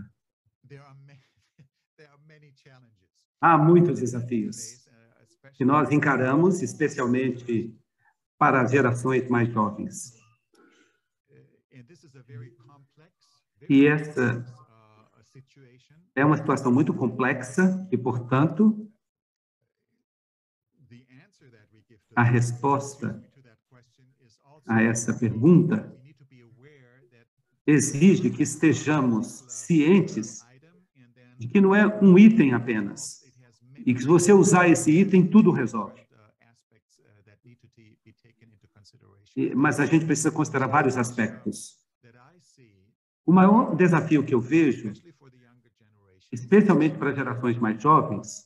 Há muitos desafios que nós encaramos, especialmente para as gerações mais jovens. E essa é uma situação muito complexa e, portanto, a resposta a essa pergunta exige que estejamos cientes de que não é um item apenas, e que se você usar esse item, tudo resolve. Mas a gente precisa considerar vários aspectos. O maior desafio que eu vejo, especialmente para gerações mais jovens,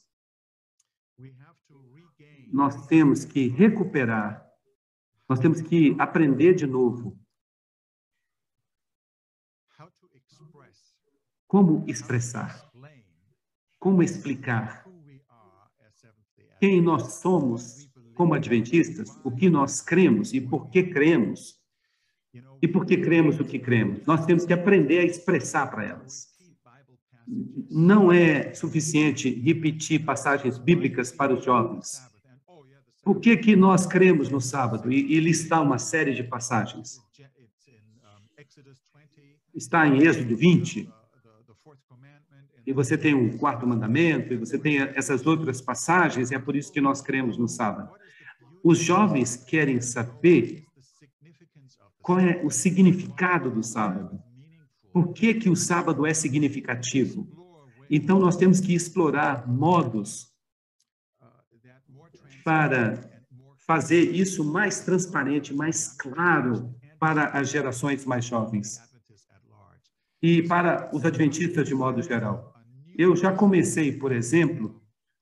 nós temos que recuperar, nós temos que aprender de novo como expressar, como explicar quem nós somos como adventistas, o que nós cremos e por que cremos, e por que cremos o que cremos. Nós temos que aprender a expressar para elas. Não é suficiente repetir passagens bíblicas para os jovens. Por que nós cremos no sábado? E listar uma série de passagens. Está em Êxodo 20, e você tem o quarto mandamento, e você tem essas outras passagens, e é por isso que nós cremos no sábado. Os jovens querem saber qual é o significado do sábado. Por que o sábado é significativo? Então, nós temos que explorar modos para fazer isso mais transparente, mais claro para as gerações mais jovens e para os adventistas de modo geral. Eu já comecei, por exemplo,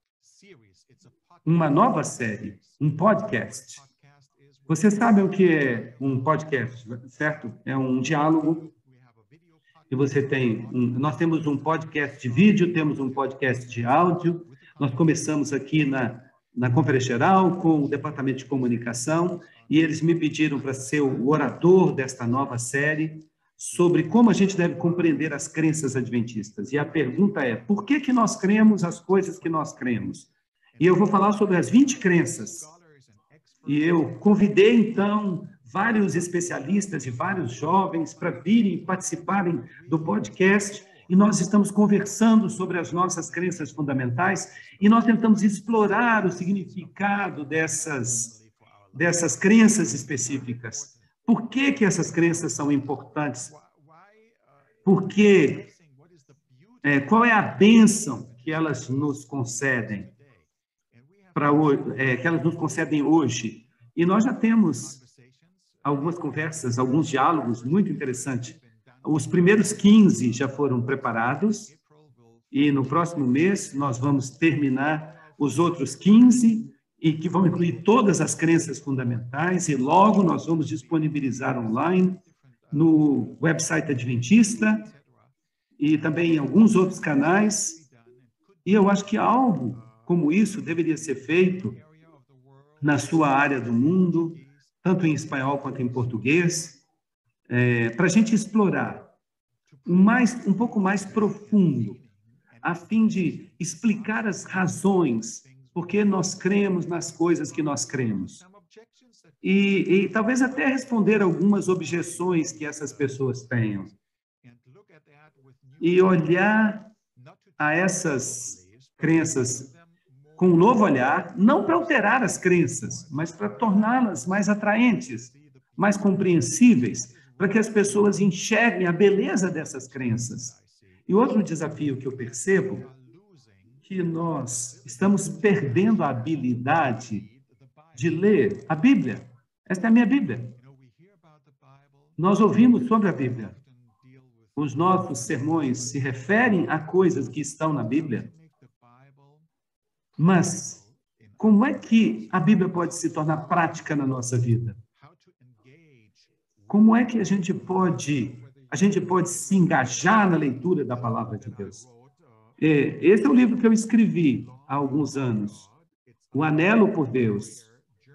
uma nova série, um podcast. Vocês sabem o que é um podcast, certo? É um diálogo. E você tem nós temos um podcast de vídeo, temos um podcast de áudio. Nós começamos aqui na Conferência Geral com o Departamento de Comunicação e eles me pediram para ser o orador desta nova série sobre como a gente deve compreender as crenças adventistas. E a pergunta é: por que nós cremos as coisas que nós cremos? E eu vou falar sobre as 20 crenças. E eu convidei, então, vários especialistas e vários jovens para virem participarem do podcast, e nós estamos conversando sobre as nossas crenças fundamentais, e nós tentamos explorar o significado dessas crenças específicas. Por que essas crenças são importantes? Porque qual é a bênção que elas nos concedem que elas nos concedem hoje? E nós já temos algumas conversas, alguns diálogos muito interessantes. Os primeiros 15 já foram preparados e no próximo mês nós vamos terminar os outros 15 e que vão incluir todas as crenças fundamentais, e logo nós vamos disponibilizar online no website adventista e também em alguns outros canais. E eu acho que algo como isso deveria ser feito na sua área do mundo, tanto em espanhol quanto em português, para a gente explorar um pouco mais profundo, a fim de explicar as razões por que nós cremos nas coisas que nós cremos. E talvez até responder algumas objeções que essas pessoas tenham. E olhar a essas crenças com um novo olhar, não para alterar as crenças, mas para torná-las mais atraentes, mais compreensíveis, para que as pessoas enxerguem a beleza dessas crenças. E outro desafio que eu percebo, que nós estamos perdendo a habilidade de ler a Bíblia. Esta é a minha Bíblia. Nós ouvimos sobre a Bíblia. Os nossos sermões se referem a coisas que estão na Bíblia. Mas como é que a Bíblia pode se tornar prática na nossa vida? Como é que a gente pode se engajar na leitura da palavra de Deus? Esse é o livro que eu escrevi há alguns anos, O Anelo por Deus.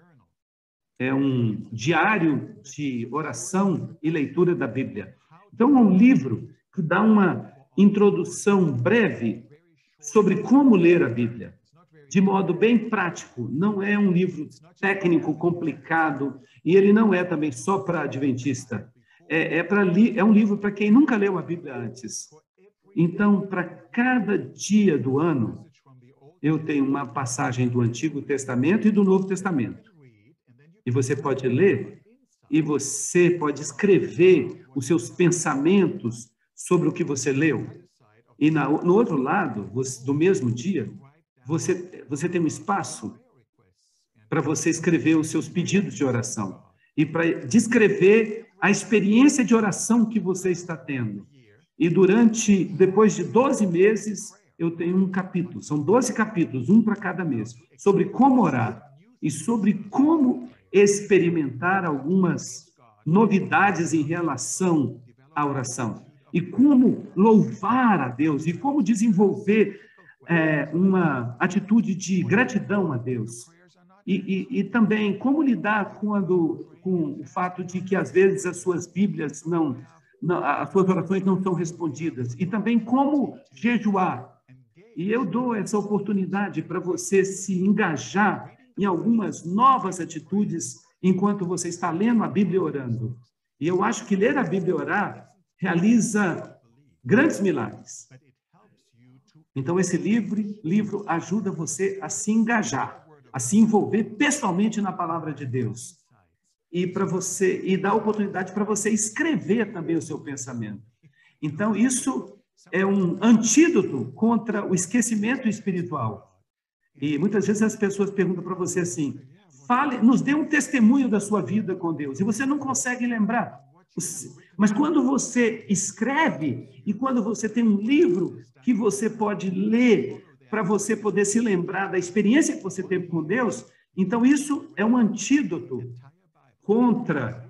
É um diário de oração e leitura da Bíblia. Então, é um livro que dá uma introdução breve sobre como ler a Bíblia, de modo bem prático. Não é um livro técnico, complicado, e ele não é também só para adventista. É um livro para quem nunca leu a Bíblia antes. Então, para cada dia do ano, eu tenho uma passagem do Antigo Testamento e do Novo Testamento. E você pode ler, e você pode escrever os seus pensamentos sobre o que você leu. E no outro lado, do mesmo dia, você tem um espaço para você escrever os seus pedidos de oração e para descrever a experiência de oração que você está tendo. E depois de 12 meses, eu tenho um capítulo, são 12 capítulos, um para cada mês, sobre como orar e sobre como experimentar algumas novidades em relação à oração e como louvar a Deus e como desenvolver uma atitude de gratidão a Deus. E também como lidar com o fato de que, às vezes, as suas Bíblias as suas orações não são respondidas. E também como jejuar. E eu dou essa oportunidade para você se engajar em algumas novas atitudes enquanto você está lendo a Bíblia e orando. E eu acho que ler a Bíblia e orar realiza grandes milagres. Então, esse livro ajuda você a se engajar, a se envolver pessoalmente na palavra de Deus. E dá oportunidade para você escrever também o seu pensamento. Então, isso é um antídoto contra o esquecimento espiritual. E muitas vezes as pessoas perguntam para você assim, nos dê um testemunho da sua vida com Deus, e você não consegue lembrar. Mas quando você escreve, e quando você tem um livro que você pode ler, para você poder se lembrar da experiência que você teve com Deus, então isso é um antídoto contra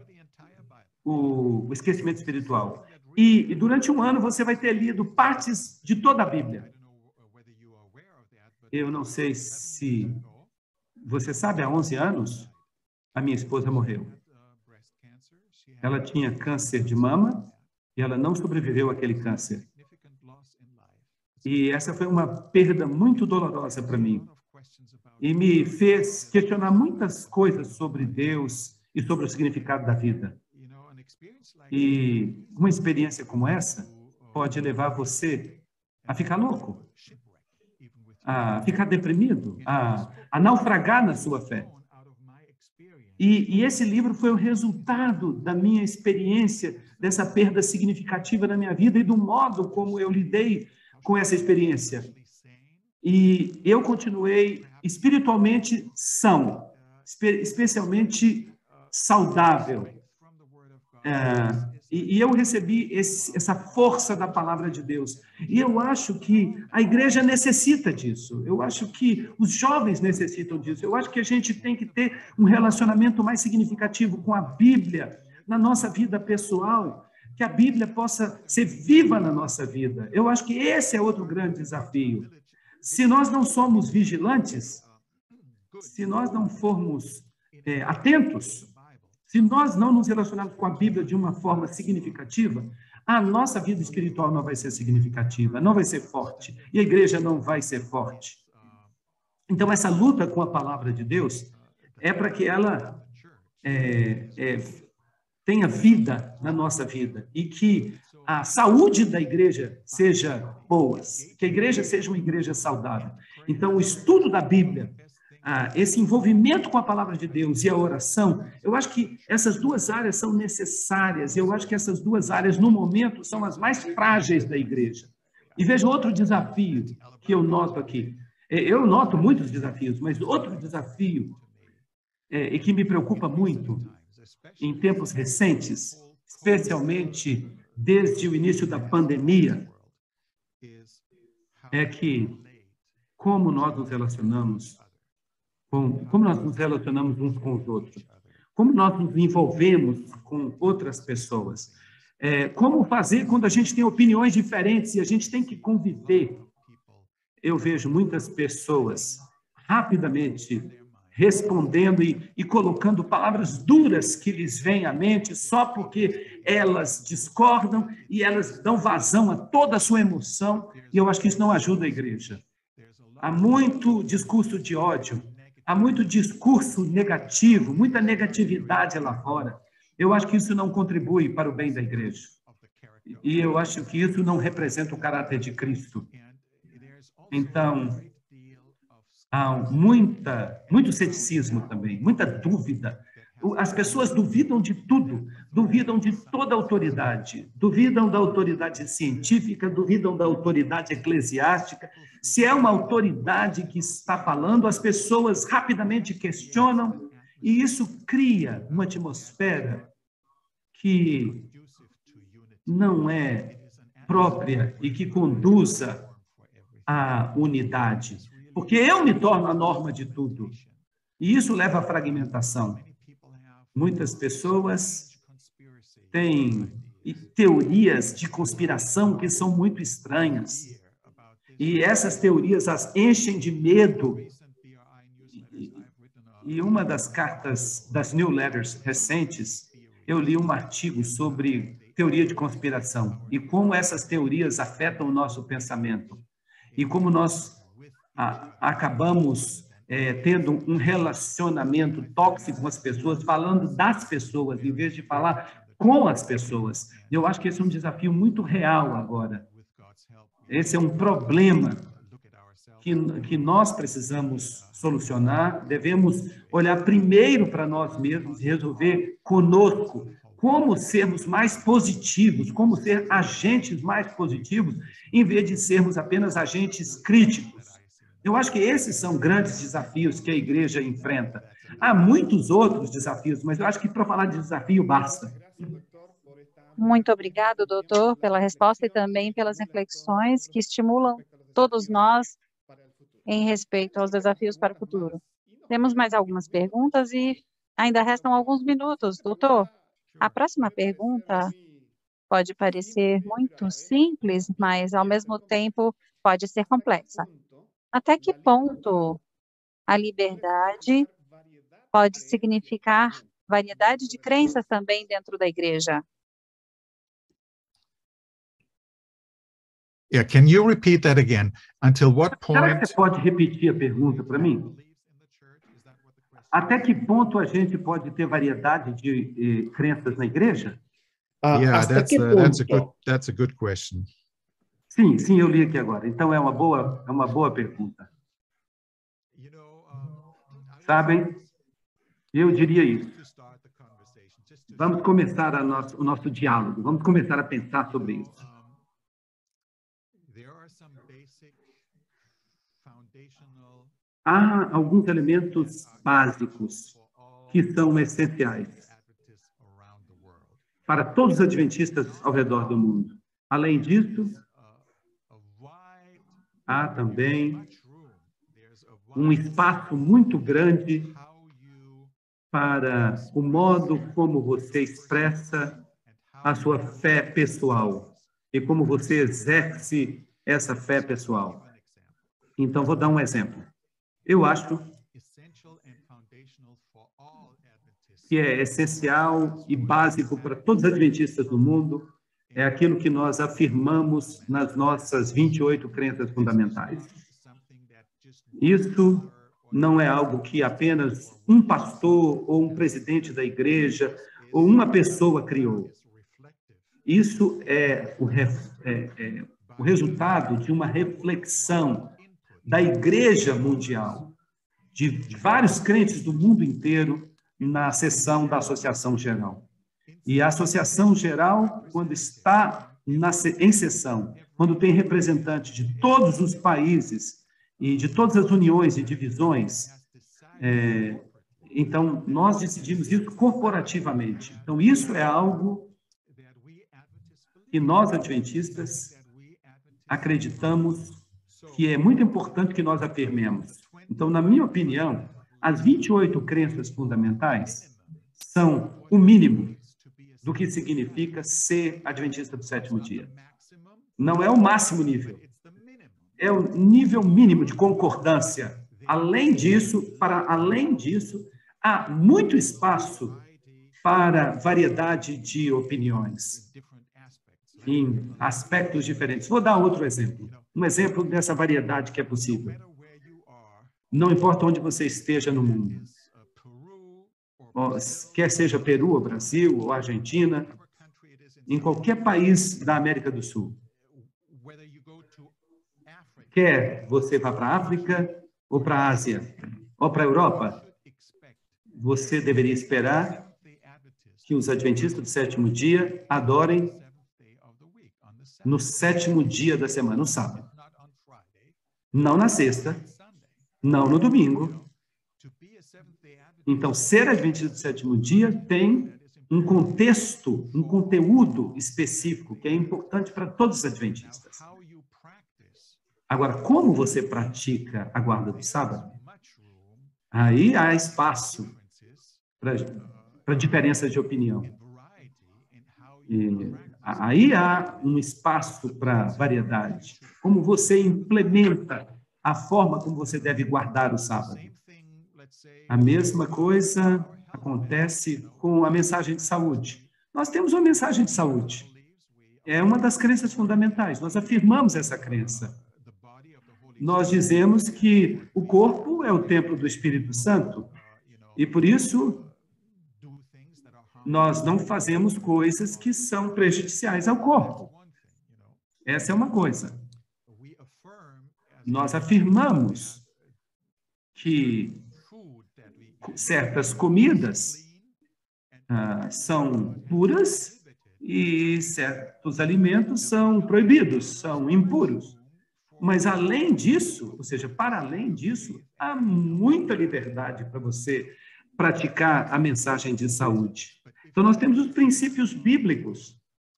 o esquecimento espiritual. E durante um ano você vai ter lido partes de toda a Bíblia. Eu não sei se você sabe, há 11 anos, a minha esposa morreu. Ela tinha câncer de mama e ela não sobreviveu àquele câncer. E essa foi uma perda muito dolorosa para mim. E me fez questionar muitas coisas sobre Deus e sobre o significado da vida. E uma experiência como essa pode levar você a ficar louco, a ficar deprimido, a naufragar na sua fé. E esse livro foi o resultado da minha experiência, dessa perda significativa na minha vida e do modo como eu lidei com essa experiência. E eu continuei espiritualmente são, especialmente saudável. E eu recebi essa força da palavra de Deus. E eu acho que a igreja necessita disso. Eu acho que os jovens necessitam disso. Eu acho que a gente tem que ter um relacionamento mais significativo com a Bíblia na nossa vida pessoal, que a Bíblia possa ser viva na nossa vida. Eu acho que esse é outro grande desafio. Se nós não somos vigilantes, se nós não formos atentos, se nós não nos relacionarmos com a Bíblia de uma forma significativa, a nossa vida espiritual não vai ser significativa, não vai ser forte, e a igreja não vai ser forte. Então, essa luta com a palavra de Deus é para que ela tenha vida na nossa vida e que a saúde da igreja seja boa, que a igreja seja uma igreja saudável. Então, o estudo da Bíblia, esse envolvimento com a palavra de Deus e a oração, eu acho que essas duas áreas são necessárias. Eu acho que essas duas áreas, no momento, são as mais frágeis da igreja. E veja outro desafio que eu noto aqui. Eu noto muitos desafios, mas outro desafio e que me preocupa muito em tempos recentes, especialmente desde o início da pandemia, é que como nós nos relacionamos uns com os outros, como nós nos envolvemos com outras pessoas, como fazer quando a gente tem opiniões diferentes e a gente tem que conviver. Eu vejo muitas pessoas rapidamente respondendo e colocando palavras duras que lhes vêm à mente só porque elas discordam e elas dão vazão a toda a sua emoção, e eu acho que isso não ajuda a igreja. Há muito discurso de ódio, há muito discurso negativo, muita negatividade lá fora. Eu acho que isso não contribui para o bem da igreja. E eu acho que isso não representa o caráter de Cristo. Então, há muito ceticismo também, muita dúvida. As pessoas duvidam de tudo, duvidam de toda autoridade, duvidam da autoridade científica, duvidam da autoridade eclesiástica. Se é uma autoridade que está falando, as pessoas rapidamente questionam, e isso cria uma atmosfera que não é própria e que conduza à unidade. Porque eu me torno a norma de tudo. E isso leva à fragmentação. Muitas pessoas têm teorias de conspiração que são muito estranhas. E essas teorias as enchem de medo. E uma das cartas das newsletters recentes, eu li um artigo sobre teoria de conspiração e como essas teorias afetam o nosso pensamento. E como nós acabamos tendo um relacionamento tóxico com as pessoas, falando das pessoas, em vez de falar com as pessoas. Eu acho que esse é um desafio muito real agora. Esse é um problema que nós precisamos solucionar. Devemos olhar primeiro para nós mesmos e resolver conosco como sermos mais positivos, como ser agentes mais positivos, em vez de sermos apenas agentes críticos. Eu acho que esses são grandes desafios que a igreja enfrenta. Há muitos outros desafios, mas eu acho que para falar de desafio basta. Muito obrigado, doutor, pela resposta e também pelas reflexões que estimulam todos nós em respeito aos desafios para o futuro. Temos mais algumas perguntas e ainda restam alguns minutos, doutor. A próxima pergunta pode parecer muito simples, mas, ao mesmo tempo, pode ser complexa. Até que ponto a liberdade pode significar variedade de crenças também dentro da igreja? Yeah, can you repeat that again? Until what point? Será que você pode repetir a pergunta para mim? Até que ponto a gente pode ter variedade de crenças na igreja? Yeah, that's a good question. Sim, eu li aqui agora. Então é uma boa pergunta. Sabem? Eu diria isso. Vamos começar o nosso diálogo. Vamos começar a pensar sobre isso. Há alguns elementos básicos que são essenciais para todos os adventistas ao redor do mundo. Além disso, há também um espaço muito grande para o modo como você expressa a sua fé pessoal e como você exerce essa fé pessoal. Então, vou dar um exemplo. Eu acho que é essencial e básico para todos os adventistas do mundo, é aquilo que nós afirmamos nas nossas 28 crenças fundamentais. Isso não é algo que apenas um pastor ou um presidente da igreja ou uma pessoa criou. Isso é o resultado de uma reflexão da igreja mundial, de vários crentes do mundo inteiro, na sessão da Associação Geral. E a Associação Geral, quando está em sessão, quando tem representantes de todos os países e de todas as uniões e divisões, então, nós decidimos isso corporativamente. Então, isso é algo que nós, adventistas, acreditamos que é muito importante que nós afirmemos. Então, na minha opinião, as 28 crenças fundamentais são o mínimo do que significa ser adventista do sétimo dia. Não é o máximo nível, é o nível mínimo de concordância. Além disso, há muito espaço para variedade de opiniões em aspectos diferentes. Vou dar outro exemplo. Um exemplo dessa variedade que é possível. Não importa onde você esteja no mundo, quer seja Peru, ou Brasil, ou Argentina, em qualquer país da América do Sul. Quer você vá para a África, ou para a Ásia, ou para a Europa, você deveria esperar que os adventistas do sétimo dia adorem no sétimo dia da semana, no sábado. Não na sexta, não no domingo. Então, ser adventista do sétimo dia tem um contexto, um conteúdo específico que é importante para todos os adventistas. Agora, como você pratica a guarda do sábado? Aí há espaço para diferenças de opinião. E aí há um espaço para variedade. Como você implementa a forma como você deve guardar o sábado. A mesma coisa acontece com a mensagem de saúde. Nós temos uma mensagem de saúde. É uma das crenças fundamentais. Nós afirmamos essa crença. Nós dizemos que o corpo é o templo do Espírito Santo. E, por isso, nós não fazemos coisas que são prejudiciais ao corpo. Essa é uma coisa. Nós afirmamos que certas comidas são puras e certos alimentos são proibidos, são impuros. Mas, além disso, ou seja, para além disso, há muita liberdade para você praticar a mensagem de saúde. Então, nós temos os princípios bíblicos.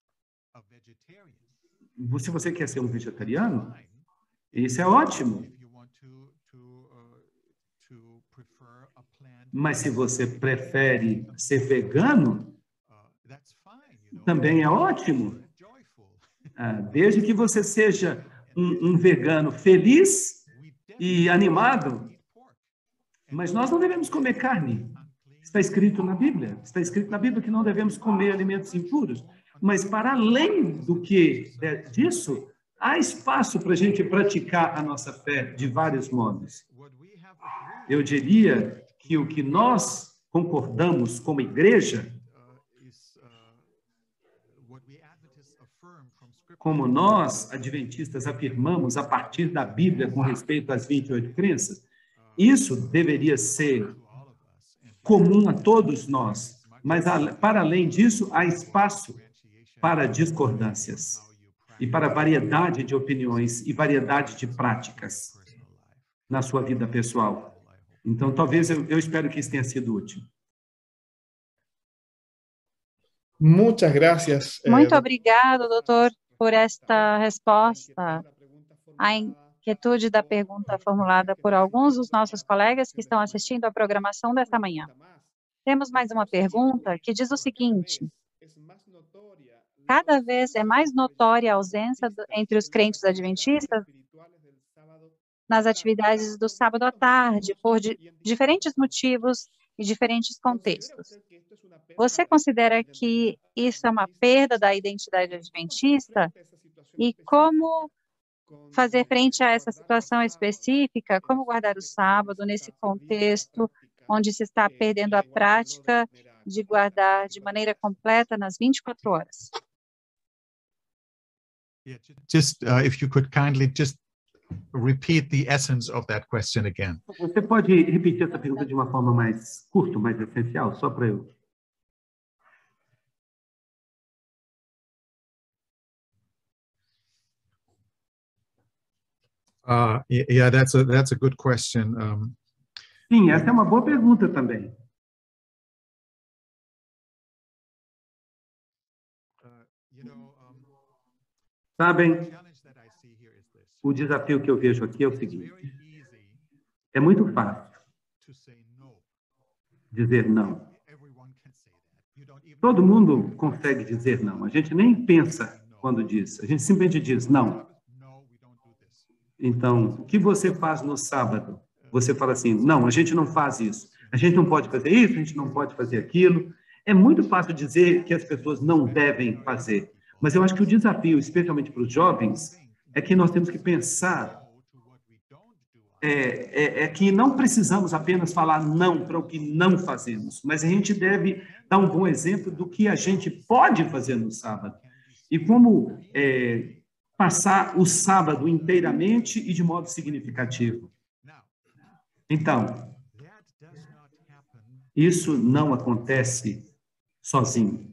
Se você quer ser um vegetariano, isso é ótimo. Mas se você prefere ser vegano, também é ótimo. Desde que você seja um vegano feliz e animado. Mas nós não devemos comer carne. Está escrito na Bíblia. Está escrito na Bíblia que não devemos comer alimentos impuros. Mas, para além disso, há espaço para a gente praticar a nossa fé de vários modos. Eu diria que o que nós concordamos como igreja, como nós, adventistas, afirmamos a partir da Bíblia com respeito às 28 crenças, isso deveria ser comum a todos nós. Mas, para além disso, há espaço para discordâncias e para variedade de opiniões e variedade de práticas na sua vida pessoal. Então, talvez, eu espero que isso tenha sido útil. Muchas gracias. Muito obrigado, doutor, por esta resposta à inquietude da pergunta formulada por alguns dos nossos colegas que estão assistindo à programação desta manhã. Temos mais uma pergunta que diz o seguinte: cada vez é mais notória a ausência entre os crentes adventistas nas atividades do sábado à tarde, por diferentes motivos e diferentes contextos. Você considera que isso é uma perda da identidade adventista? E como fazer frente a essa situação específica? Como guardar o sábado nesse contexto onde se está perdendo a prática de guardar de maneira completa nas 24 horas? Just if you could kindly just repeat the essence of that question again. Você pode repetir essa pergunta de uma forma mais curta, mais essencial, só para eu... Yeah, that's a good question. Sim, essa é uma boa pergunta também. Sabem, o desafio que eu vejo aqui é o seguinte: é muito fácil dizer não. Todo mundo consegue dizer não. A gente nem pensa quando diz. A gente simplesmente diz não. Então, o que você faz no sábado? Você fala assim, não, a gente não faz isso. A gente não pode fazer isso, a gente não pode fazer aquilo. É muito fácil dizer que as pessoas não devem fazer. Mas eu acho que o desafio, especialmente para os jovens, é que nós temos que pensar que não precisamos apenas falar não para o que não fazemos, mas a gente deve dar um bom exemplo do que a gente pode fazer no sábado. E como passar o sábado inteiramente e de modo significativo. Então, isso não acontece sozinho.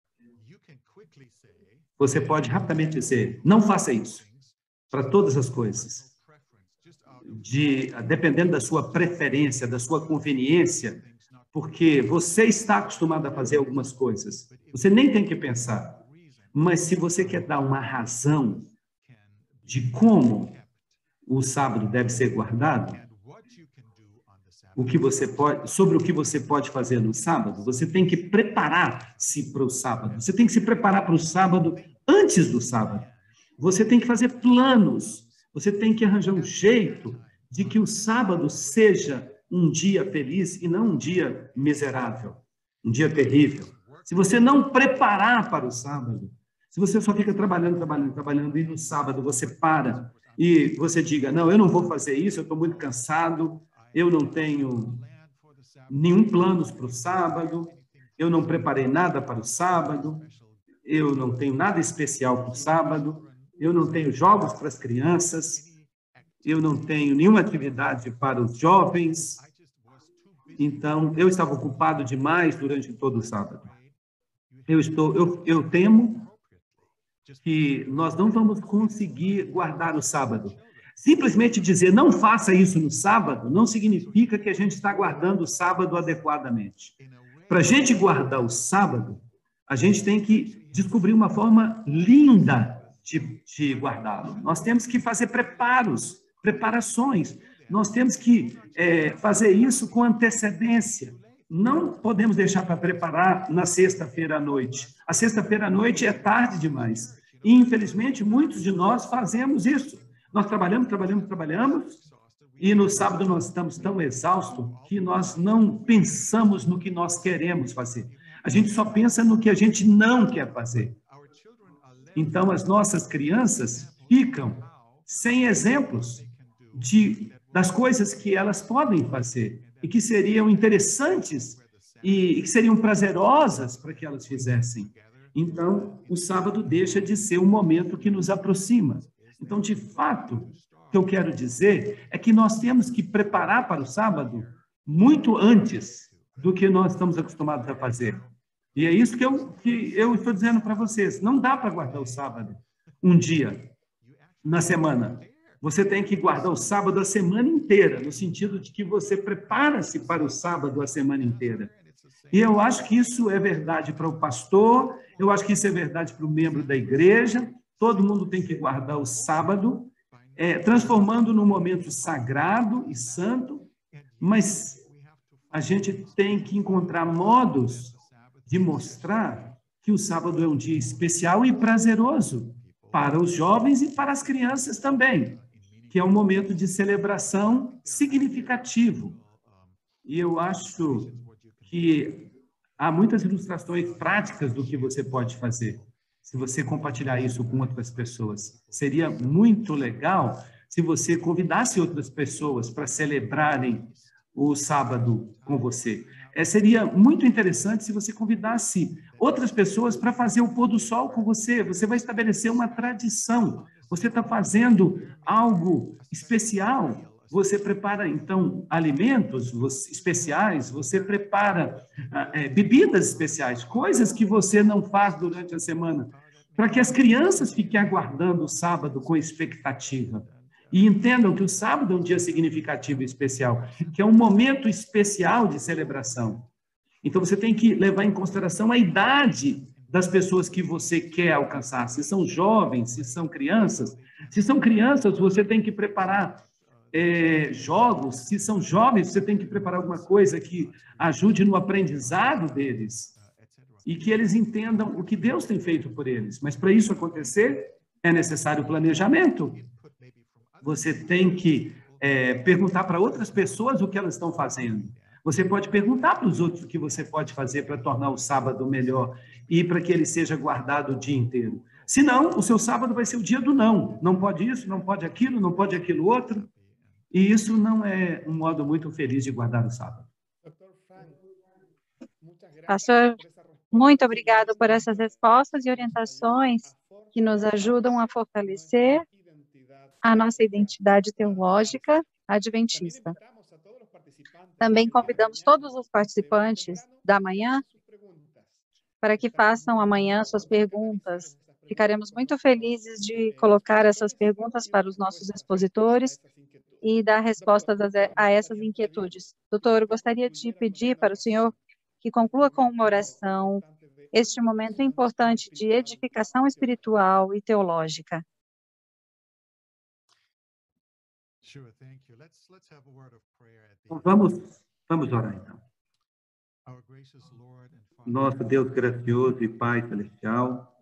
Você pode rapidamente dizer, não faça isso, para todas as coisas. Dependendo da sua preferência, da sua conveniência, porque você está acostumado a fazer algumas coisas. Você nem tem que pensar. Mas se você quer dar uma razão de como o sábado deve ser guardado, sobre o que você pode fazer no sábado, você tem que preparar-se para o sábado. Você tem que se preparar para o sábado antes do sábado. Você tem que fazer planos. Você tem que arranjar um jeito de que o sábado seja um dia feliz e não um dia miserável, um dia terrível. Se você não preparar para o sábado, se você só fica trabalhando e no sábado você para e você diga, não, eu não vou fazer isso, eu estou muito cansado, eu não tenho nenhum plano para o sábado, eu não preparei nada para o sábado, eu não tenho nada especial para o sábado, eu não tenho jogos para as crianças, eu não tenho nenhuma atividade para os jovens, então eu estava ocupado demais durante todo o sábado. Eu temo que nós não vamos conseguir guardar o sábado. Simplesmente dizer não faça isso no sábado não significa que a gente está guardando o sábado adequadamente. Para a gente guardar o sábado, a gente tem que descobrir uma forma linda de guardá-lo. Nós temos que fazer preparações. Nós temos que fazer isso com antecedência. Não podemos deixar para preparar na sexta-feira à noite. A sexta-feira à noite é tarde demais. E, infelizmente, muitos de nós fazemos isso. Nós trabalhamos, e no sábado nós estamos tão exaustos que nós não pensamos no que nós queremos fazer. A gente só pensa no que a gente não quer fazer. Então, as nossas crianças ficam sem exemplos das coisas que elas podem fazer e que seriam interessantes e que seriam prazerosas para que elas fizessem. Então, o sábado deixa de ser um momento que nos aproxima. Então, de fato, o que eu quero dizer é que nós temos que preparar para o sábado muito antes do que nós estamos acostumados a fazer. E é isso que eu estou dizendo para vocês. Não dá para guardar o sábado um dia na semana. Você tem que guardar o sábado a semana inteira, no sentido de que você prepara-se para o sábado a semana inteira. E eu acho que isso é verdade para o pastor, eu acho que isso é verdade para o membro da igreja. Todo mundo tem que guardar o sábado, transformando num momento sagrado e santo, mas a gente tem que encontrar modos de mostrar que o sábado é um dia especial e prazeroso para os jovens e para as crianças também, que é um momento de celebração significativo. E eu acho que há muitas ilustrações práticas do que você pode fazer. Se você compartilhar isso com outras pessoas, seria muito legal se você convidasse outras pessoas para celebrarem o sábado com você. Seria muito interessante se você convidasse outras pessoas para fazer o pôr do sol com você. Você vai estabelecer uma tradição. Você está fazendo algo especial. Você prepara, então, alimentos especiais, você prepara bebidas especiais, coisas que você não faz durante a semana, para que as crianças fiquem aguardando o sábado com expectativa. E entendam que o sábado é um dia significativo e especial, que é um momento especial de celebração. Então, você tem que levar em consideração a idade das pessoas que você quer alcançar. Se são jovens, se são crianças. Se são crianças, você tem que preparar jogos. Se são jovens, você tem que preparar alguma coisa que ajude no aprendizado deles e que eles entendam o que Deus tem feito por eles. Mas, para isso acontecer, é necessário planejamento. Você tem que perguntar para outras pessoas o que elas estão fazendo. Você pode perguntar para os outros o que você pode fazer para tornar o sábado melhor e para que ele seja guardado o dia inteiro. Senão, o seu sábado vai ser o dia do não. Não pode isso, não pode aquilo, não pode aquilo outro. E isso não é um modo muito feliz de guardar o sábado. Pastor, muito obrigado por essas respostas e orientações que nos ajudam a fortalecer a nossa identidade teológica adventista. Também convidamos todos os participantes da manhã para que façam amanhã suas perguntas. Ficaremos muito felizes de colocar essas perguntas para os nossos expositores e dar respostas a essas inquietudes. Doutor, eu gostaria de pedir para o senhor que conclua com uma oração este momento importante de edificação espiritual e teológica. Vamos orar, então. Nosso Deus gracioso e Pai celestial,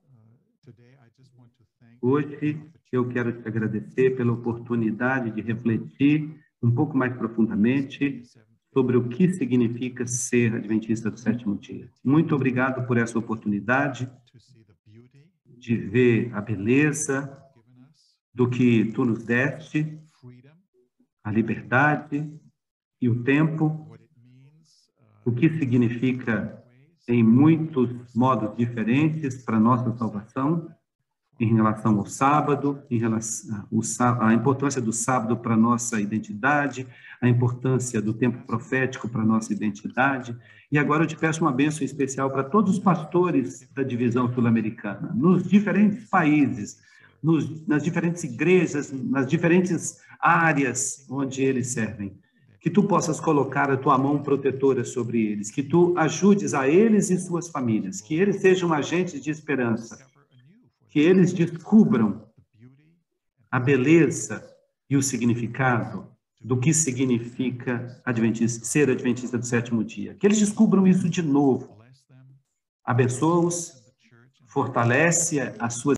hoje eu quero te agradecer pela oportunidade de refletir um pouco mais profundamente sobre o que significa ser adventista do sétimo dia. Muito obrigado por essa oportunidade de ver a beleza do que tu nos deste, a liberdade e o tempo, o que significa em muitos modos diferentes para a nossa salvação, em relação ao sábado, em relação à importância do sábado para a nossa identidade, a importância do tempo profético para a nossa identidade. E agora eu te peço uma bênção especial para todos os pastores da divisão sul-americana, nos diferentes países, nas diferentes igrejas, nas diferentes áreas onde eles servem. Que tu possas colocar a tua mão protetora sobre eles, que tu ajudes a eles e suas famílias, que eles sejam agentes de esperança, que eles descubram a beleza e o significado do que significa ser adventista do sétimo dia. Que eles descubram isso de novo. Abençoa-os, fortalece as suas